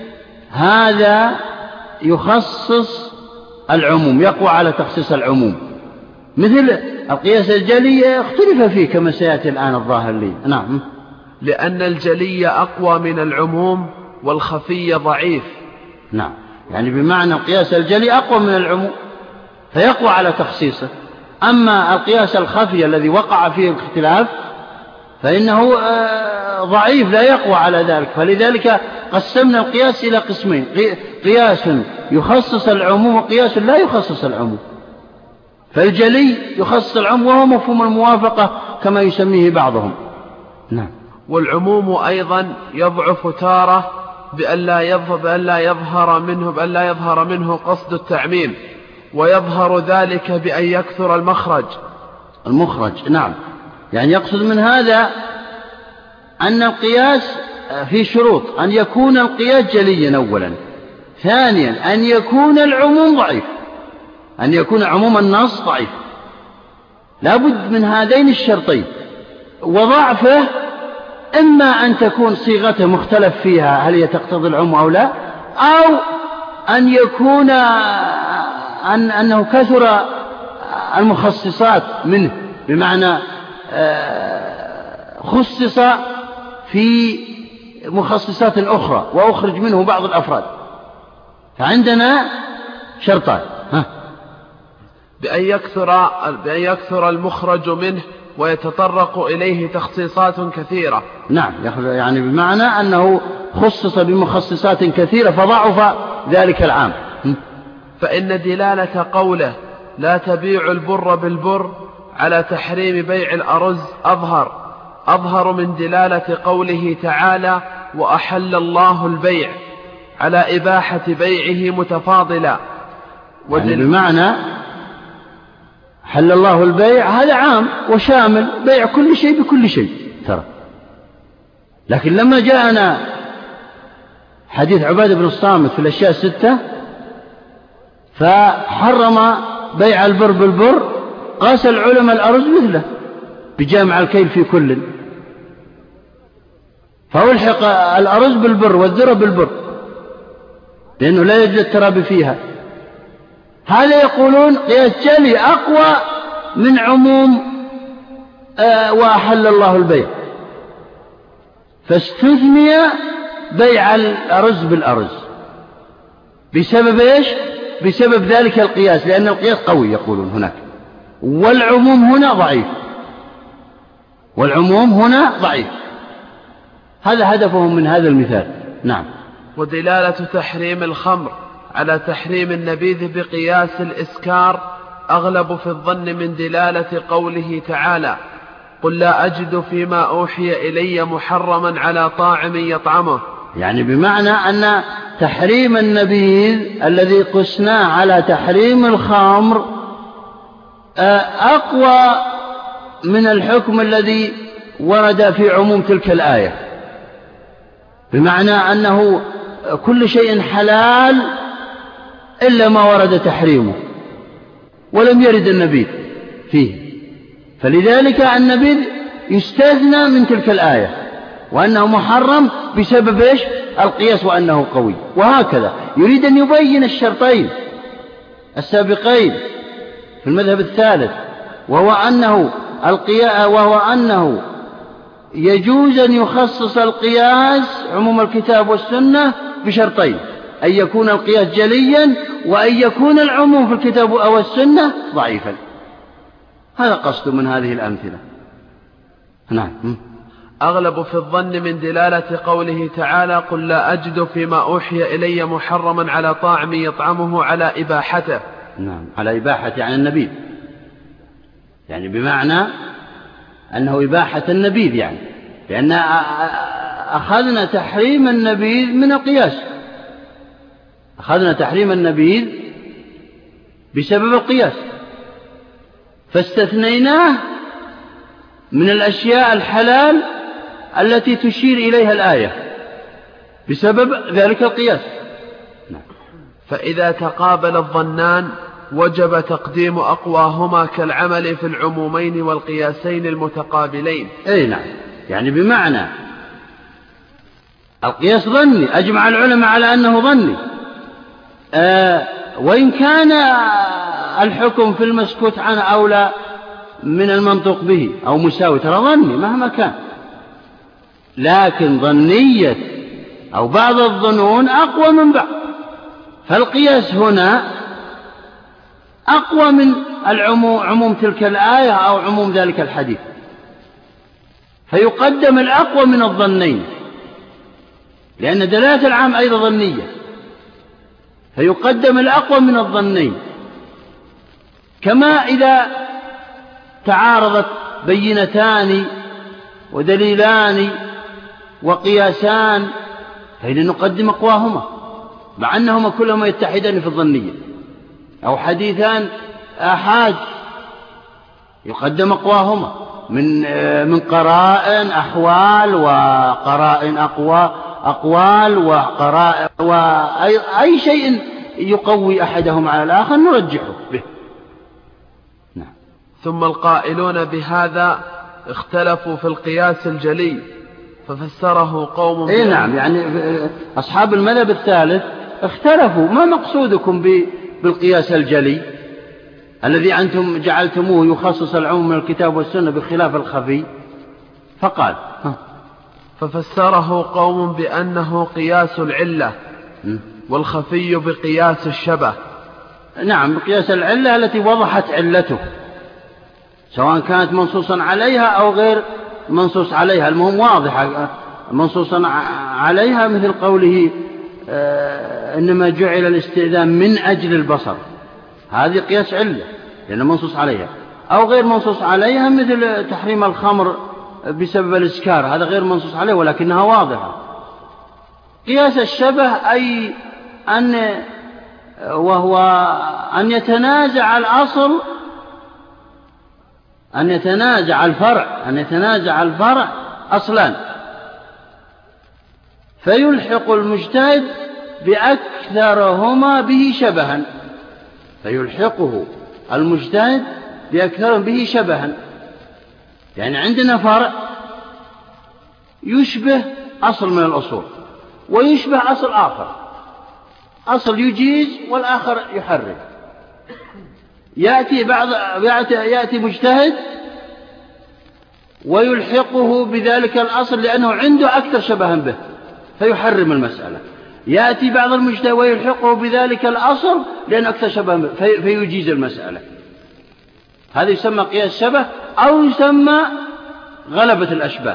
هذا يخصص العموم، يقوى على تخصيص العموم، مثل القياس الجلي اختلف فيه كما سيأتي الآن الظاهر لي. نعم. لأن الجلي أقوى من العموم والخفي ضعيف. نعم، يعني بمعنى القياس الجلي أقوى من العموم فيقوى على تخصيصه، أما القياس الخفي الذي وقع فيه الاختلاف فإنه ضعيف لا يقوى على ذلك. فلذلك قسمنا القياس إلى قسمين، قياس يخصص العموم وقياس لا يخصص العموم. فالجلي يخصص العموم وهو مفهوم الموافقة كما يسميه بعضهم. نعم. والعموم أيضا يضعف تارة بألا يظهر, بألا يظهر منه بألا يظهر منه قصد التعميم، ويظهر ذلك بأن يكثر المخرج المخرج نعم، يعني يقصد من هذا أن القياس في شروط: أن يكون القياس جليا أولا، ثانيا أن يكون العموم ضعيف، أن يكون عموم النص ضعيف، لا بد من هذين الشرطين. وضعفه إما أن تكون صيغته مختلف فيها هل هي تقتضي العموم أو لا، أو أن يكون أن أنه كثر المخصصات منه، بمعنى خصص في مخصصات أخرى وأخرج منه بعض الأفراد. فعندنا شرطان: ها بأن يكثر, بأن يكثر المخرج منه ويتطرق إليه تخصيصات كثيرة. نعم، يعني بمعنى أنه خصص بمخصصات كثيرة فضعف ذلك العام. فإن دلالة قوله لا تبيع البر بالبر على تحريم بيع الأرز أظهر أظهر من دلالة قوله تعالى وأحل الله البيع على إباحة بيعه متفاضلا. يعني بمعنى حل الله البيع هذا عام وشامل بيع كل شيء بكل شيء ترى. لكن لما جاءنا حديث عبادة بن الصامت في الأشياء الستة فحرم بيع البر بالبر، قاس العلماء الأرز مثله بجامع الكيل في كل، فألحق الأرز بالبر والذرة بالبر لأنه لا يوجد الترابي فيها. هذا يقولون قياس جلي أقوى من عموم آه وأحل الله البيع، فاستثني بيع الأرز بالأرز بسبب إيش؟ بسبب ذلك القياس، لأن القياس قوي يقولون هناك، والعموم هنا ضعيف، والعموم هنا ضعيف. هذا هدفهم من هذا المثال. نعم. ودلالة تحريم الخمر على تحريم النبيذ بقياس الإسكار أغلب في الظن من دلالة قوله تعالى قل لا أجد فيما أوحي إلي محرما على طاعم يطعمه. يعني بمعنى أن تحريم النبيذ الذي قسناه على تحريم الخمر أقوى من الحكم الذي ورد في عموم تلك الآية، بمعنى أنه كل شيء حلال إلا ما ورد تحريمه ولم يرد النبيذ فيه، فلذلك النبيذ يستثنى من تلك الآية وأنه محرم بسبب إيش؟ القياس وأنه قوي. وهكذا يريد أن يبين الشرطين السابقين في المذهب الثالث، وهو أنه القياس وهو أنه يجوز أن يخصص القياس عموم الكتاب والسنة بشرطين: أن يكون القياس جليا، وأن يكون العموم في الكتاب أو السنة ضعيفا. هذا قصد من هذه الأمثلة. نعم. أغلب في الظن من دلالة قوله تعالى قل لا أجد فيما أوحي إلي محرما على طاعم يطعمه على إباحته. نعم، على إباحة يعني النبيذ، يعني بمعنى أنه إباحة النبيذ، يعني لأن أخذنا تحريم النبيذ من القياس، أخذنا تحريم النبيذ بسبب القياس فاستثنيناه من الأشياء الحلال التي تشير إليها الآية بسبب ذلك القياس. فإذا تقابل الظنان وجب تقديم أقواهما كالعمل في العمومين والقياسين المتقابلين. أي نعم، يعني بمعنى القياس ظني، أجمع العلماء على أنه ظني، آه وإن كان الحكم في المسكوت عنه أولى من المنطق به أو مساوي، ترى ظني مهما كان، لكن ظنية أو بعض الظنون أقوى من بعض، فالقياس هنا أقوى من العموم، عموم تلك الآية أو عموم ذلك الحديث، فيقدم الأقوى من الظنين، لأن دلالة العام أيضا ظنية، فيقدم الأقوى من الظنين. كما إذا تعارضت بينتان ودليلان وقياسان فإن نقدم أقواهما مع أنهما كلهما يتحدان في الظنية، أو حديثان آحاد يقدم أقواهما من من قرائن أحوال وقرائن أقوى أقوال وقرائن وأي شيء يقوي أحدهم على الآخر نرجحه به. نعم. ثم القائلون بهذا اختلفوا في القياس الجلي ففسره قوم. إيه نعم، يعني أصحاب المذهب الثالث اختلفوا ما مقصودكم بالقياس الجلي الذي أنتم جعلتموه يخصص العموم من الكتاب والسنة بخلاف الخفي؟ فقال ها. ففسره قوم بأنه قياس العلة والخفي بقياس الشبه. نعم، بقياس العلة التي وضحت علته سواء كانت منصوصا عليها أو غير منصوص عليها، المهم واضحة منصوصا عليها، مثل قوله آه إنما جعل الاستئذان من أجل البصر، هذه قياس علة لأنه منصوص عليها، أو غير منصوص عليها مثل تحريم الخمر بسبب الإسكار، هذا غير منصوص عليه ولكنها واضحة. قياس الشبه أي أن وهو أن يتنازع الأصل أن يتنازع الفرع أن يتنازع الفرع أصلان فيلحق المجتهد بأكثرهما به شبها فيلحقه المجتهد بأكثرهم به شبها. يعني عندنا فرع يشبه أصل من الأصول ويشبه أصل آخر، أصل يجيز والآخر يحرم. يأتي بعض يأتي, يأتي مجتهد ويلحقه بذلك الأصل لأنه عنده أكثر شبها به فيحرم المسألة. يأتي بعض المجتهد ويلحقه بذلك الأصل لأنه أكثر شبها به في فيجيز المسألة. هذا يسمى قياس شبه أو يسمى غلبة الأشباه،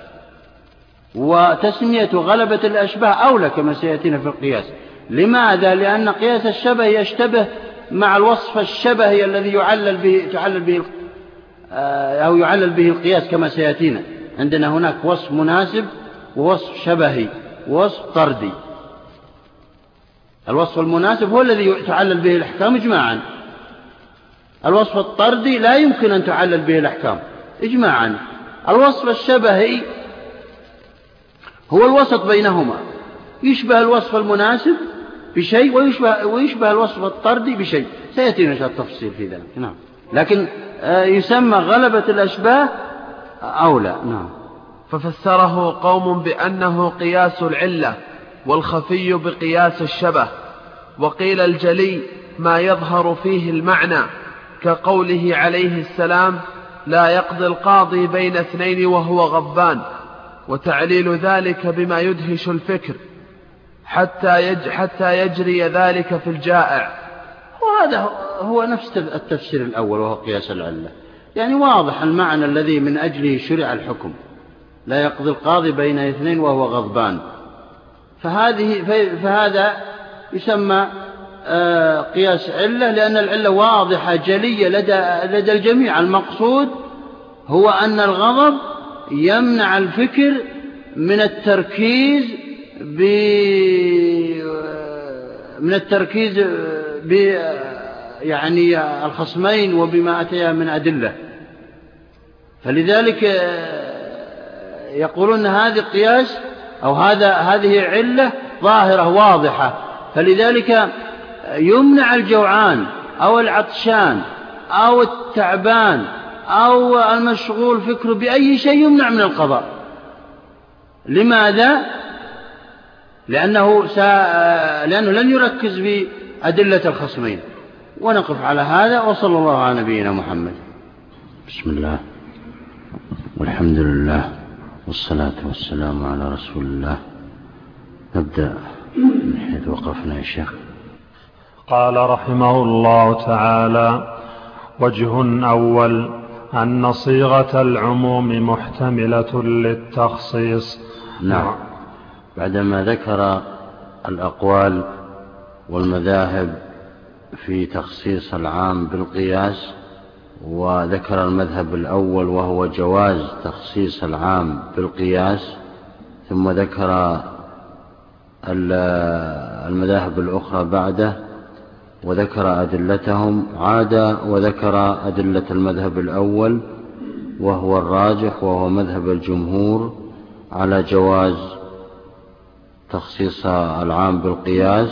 وتسمية غلبة الأشباه أولى كما سيأتينا في القياس. لماذا؟ لأن قياس الشبه يشتبه مع الوصف الشبهي الذي يعلل به تعلل به أو يعلل به القياس كما سيأتينا. عندنا هناك وصف مناسب ووصف شبهي ووصف طردي. الوصف المناسب هو الذي تعلل به الأحكام إجماعا، الوصف الطردي لا يمكن أن تعلل به الأحكام إجماعا. الوصف الشبهي هو الوسط بينهما، يشبه الوصف المناسب بشيء ويشبه, ويشبه الوصف الطردي بشيء، سيأتينا إن شاء الله التفصيل في ذلك. نعم، لكن يسمى غلبة الأشباه أولى. نعم. ففسره قوم بأنه قياس العلة والخفي بقياس الشبه، وقيل الجلي ما يظهر فيه المعنى كقوله عليه السلام لا يقضي القاضي بين اثنين وهو غضبان، وتعليل ذلك بما يدهش الفكر حتى, يج حتى يجري ذلك في الجائع. وهذا هو نفس التفسير الأول وهو قياس العلة، يعني واضح المعنى الذي من أجله شرع الحكم، لا يقضي القاضي بين اثنين وهو غضبان، فهذه فهذا يسمى قياس علة لأن العلة واضحة جلية لدى, لدى الجميع. المقصود هو أن الغضب يمنع الفكر من التركيز ب من التركيز ب يعني الخصمين وبما أتيا من أدلة، فلذلك يقولون هذه قياس أو هذا هذه علة ظاهرة واضحة، فلذلك يمنع الجوعان أو العطشان أو التعبان أو المشغول فكره بأي شيء يمنع من القضاء. لماذا؟ لأنه, سا... لأنه لن يركز بأدلة الخصمين. ونقف على هذا، وصلى الله على نبينا محمد. بسم الله والحمد لله والصلاة والسلام على رسول الله. نبدأ من حيث وقفنا يا شيخ. قال رحمه الله تعالى: وجه أول أن صيغة العموم محتملة للتخصيص. نعم، بعدما ذكر الأقوال والمذاهب في تخصيص العام بالقياس، وذكر المذهب الأول وهو جواز تخصيص العام بالقياس، ثم ذكر المذاهب الأخرى بعده وذكر أدلتهم، عاد وذكر أدلة المذهب الأول وهو الراجح وهو مذهب الجمهور على جواز تخصيص العام بالقياس،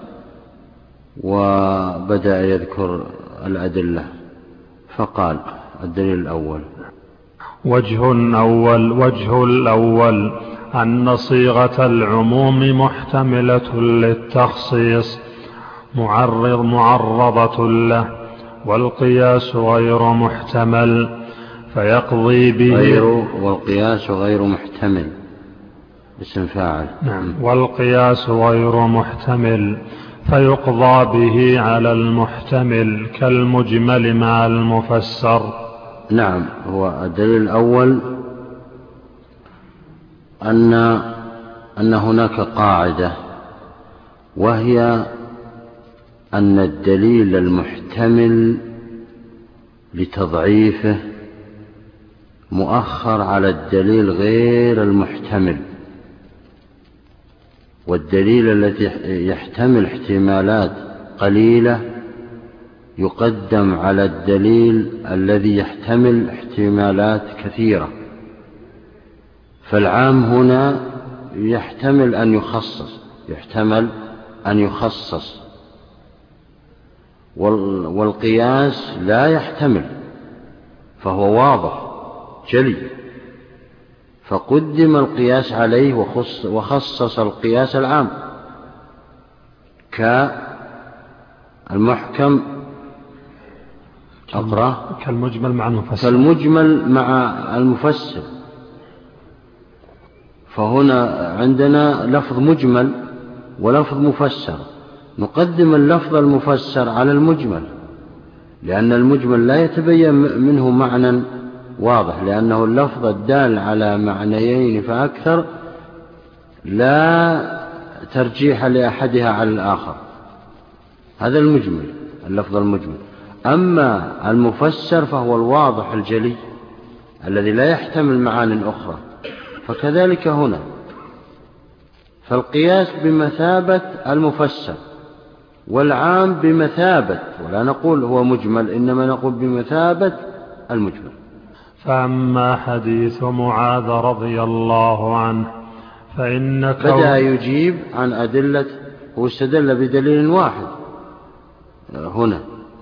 وبدأ يذكر الأدلة فقال: الدليل الأول وجه أول وجه الأول أن صيغة العموم محتملة للتخصيص معرض معرضة له، والقياس غير محتمل فيقضي به غير والقياس غير محتمل اسم فاعل. نعم. والقياس غير محتمل فيقضى به على المحتمل كالمجمل مع المفسر. نعم. هو الدليل الأول أن أن هناك قاعدة، وهي أن الدليل المحتمل لتضعيفه مؤخر على الدليل غير المحتمل، والدليل الذي يحتمل احتمالات قليلة يقدم على الدليل الذي يحتمل احتمالات كثيرة. فالعام هنا يحتمل أن يخصص يحتمل أن يخصص والقياس لا يحتمل، فهو واضح جلي، فقدم القياس عليه وخصص القياس العام كالمحكم أقرأ كالمجمل مع المفسر كالمجمل مع المفسر. فهنا عندنا لفظ مجمل ولفظ مفسر، نقدم اللفظ المفسر على المجمل، لأن المجمل لا يتبين منه معنى واضح، لأنه اللفظ الدال على معنيين فأكثر لا ترجيح لأحدها على الآخر، هذا المجمل اللفظ المجمل. أما المفسر فهو الواضح الجلي الذي لا يحتمل معان أخرى، فكذلك هنا، فالقياس بمثابة المفسر والعام بمثابة، ولا نقول هو مجمل إنما نقول بمثابة المجمل. فأما حديث معاذ رضي الله عنه فإنك بدأ يجيب عن أدلة، هو استدل بدليل واحد هنا،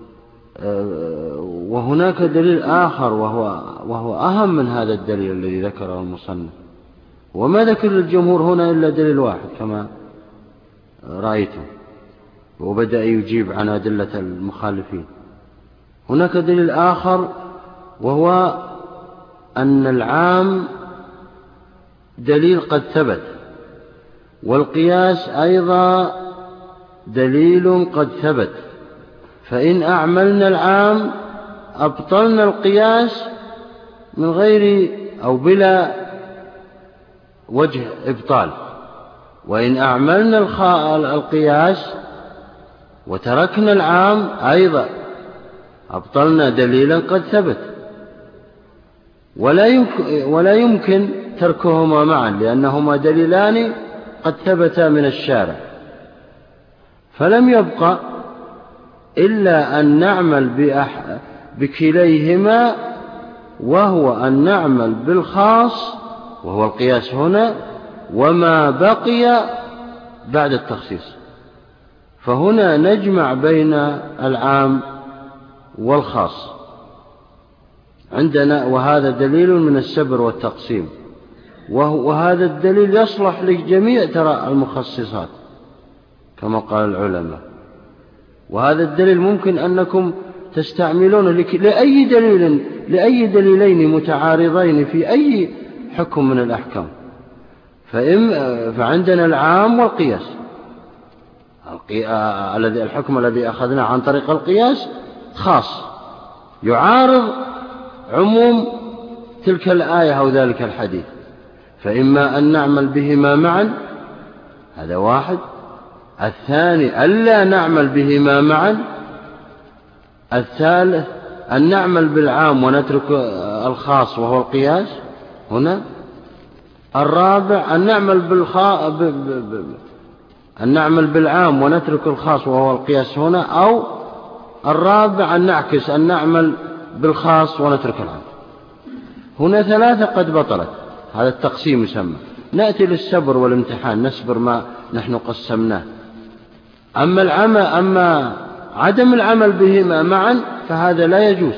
وهناك دليل آخر وهو, وهو أهم من هذا الدليل الذي ذكره المصنف، وما ذكر للجمهور هنا إلا دليل واحد كما رأيتم، وبدأ يجيب عن أدلة المخالفين. هناك دليل آخر وهو أن العام دليل قد ثبت، والقياس أيضا دليل قد ثبت، فإن أعملنا العام أبطلنا القياس من غير أو بلا وجه إبطال، وإن أعملنا القياس وتركنا العام أيضا أبطلنا دليلا قد ثبت، ولا يمكن, ولا يمكن تركهما معا، لأنهما دليلان قد ثبتا من الشارع، فلم يبقى إلا أن نعمل بأح... بكليهما، وهو أن نعمل بالخاص وهو القياس هنا وما بقي بعد التخصيص. فهنا نجمع بين العام والخاص عندنا، وهذا دليل من السبر والتقسيم، وهذا الدليل يصلح لجميع ترى المخصصات كما قال العلماء، وهذا الدليل ممكن أنكم تستعملونه لأي دليل لأي دليلين متعارضين في أي حكم من الأحكام. فعندنا العام والقياس، الحكم الذي أخذناه عن طريق القياس خاص يعارض عموم تلك الآية أو ذلك الحديث، فإما أن نعمل بهما معا، هذا واحد. الثاني ألا نعمل بهما معا. الثالث أن نعمل بالعام ونترك الخاص وهو القياس هنا. الرابع أن نعمل بالخا... ب... ب... ب... أن نعمل بالعام ونترك الخاص وهو القياس هنا، أو الرابع أن نعكس أن نعمل بالخاص ونترك العام. هنا ثلاثة قد بطلت، هذا التقسيم يسمى. نأتي للسبر والامتحان، نسبر ما نحن قسمناه. أما العمل أما عدم العمل بهما معا فهذا لا يجوز،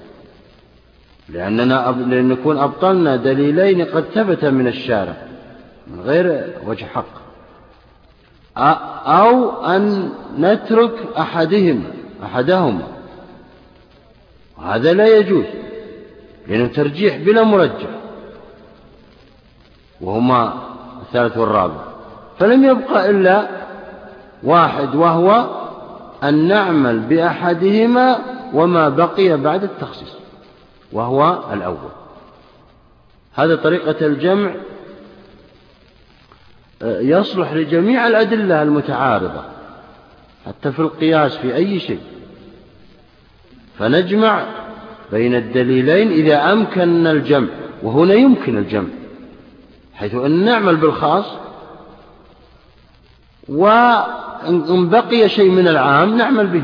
لأننا أب... لنكون أبطلنا دليلين قد ثبت من الشارع، من غير وجه حق، أو أن نترك أحدهم أحدهما، وهذا لا يجوز لأنه ترجيح بلا مرجح، وهما الثالث والرابع. فلم يبقى إلا واحد، وهو أن نعمل بأحدهما وما بقي بعد التخصيص، وهو الأول. هذا طريقة الجمع يصلح لجميع الأدلة المتعارضة حتى في القياس في أي شيء، فنجمع بين الدليلين إذا أمكن الجمع، وهنا يمكن الجمع، حيث أن نعمل بالخاص، وإن بقي شيء من العام نعمل به.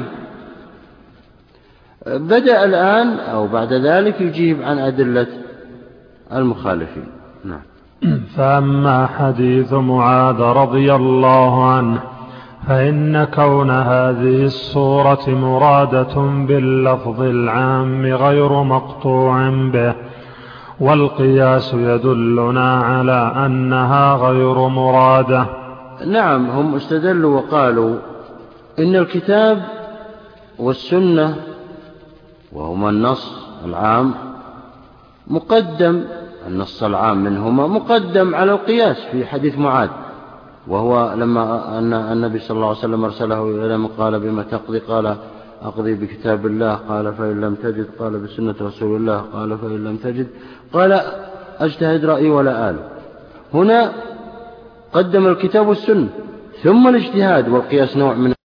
بدأ الآن أو بعد ذلك يجيب عن أدلة المخالفين. نعم. فأما حديث معاذ رضي الله عنه فإن كون هذه الصورة مرادة باللفظ العام غير مقطوع به، والقياس يدلنا على أنها غير مرادة. نعم، هم استدلوا وقالوا إن الكتاب والسنة وهما النص العام مقدم، النص العام منهما مقدم على القياس في حديث معاذ، وهو لما أن النبي صلى الله عليه وسلم أرسله إلى قال بما تقضي؟ قال أقضي بكتاب الله. قال فإن لم تجد؟ قال بسنة رسول الله. قال فإن لم تجد؟ قال أجتهد رأيي ولا آل. هنا قدم الكتاب والسنة ثم الاجتهاد، والقياس نوع من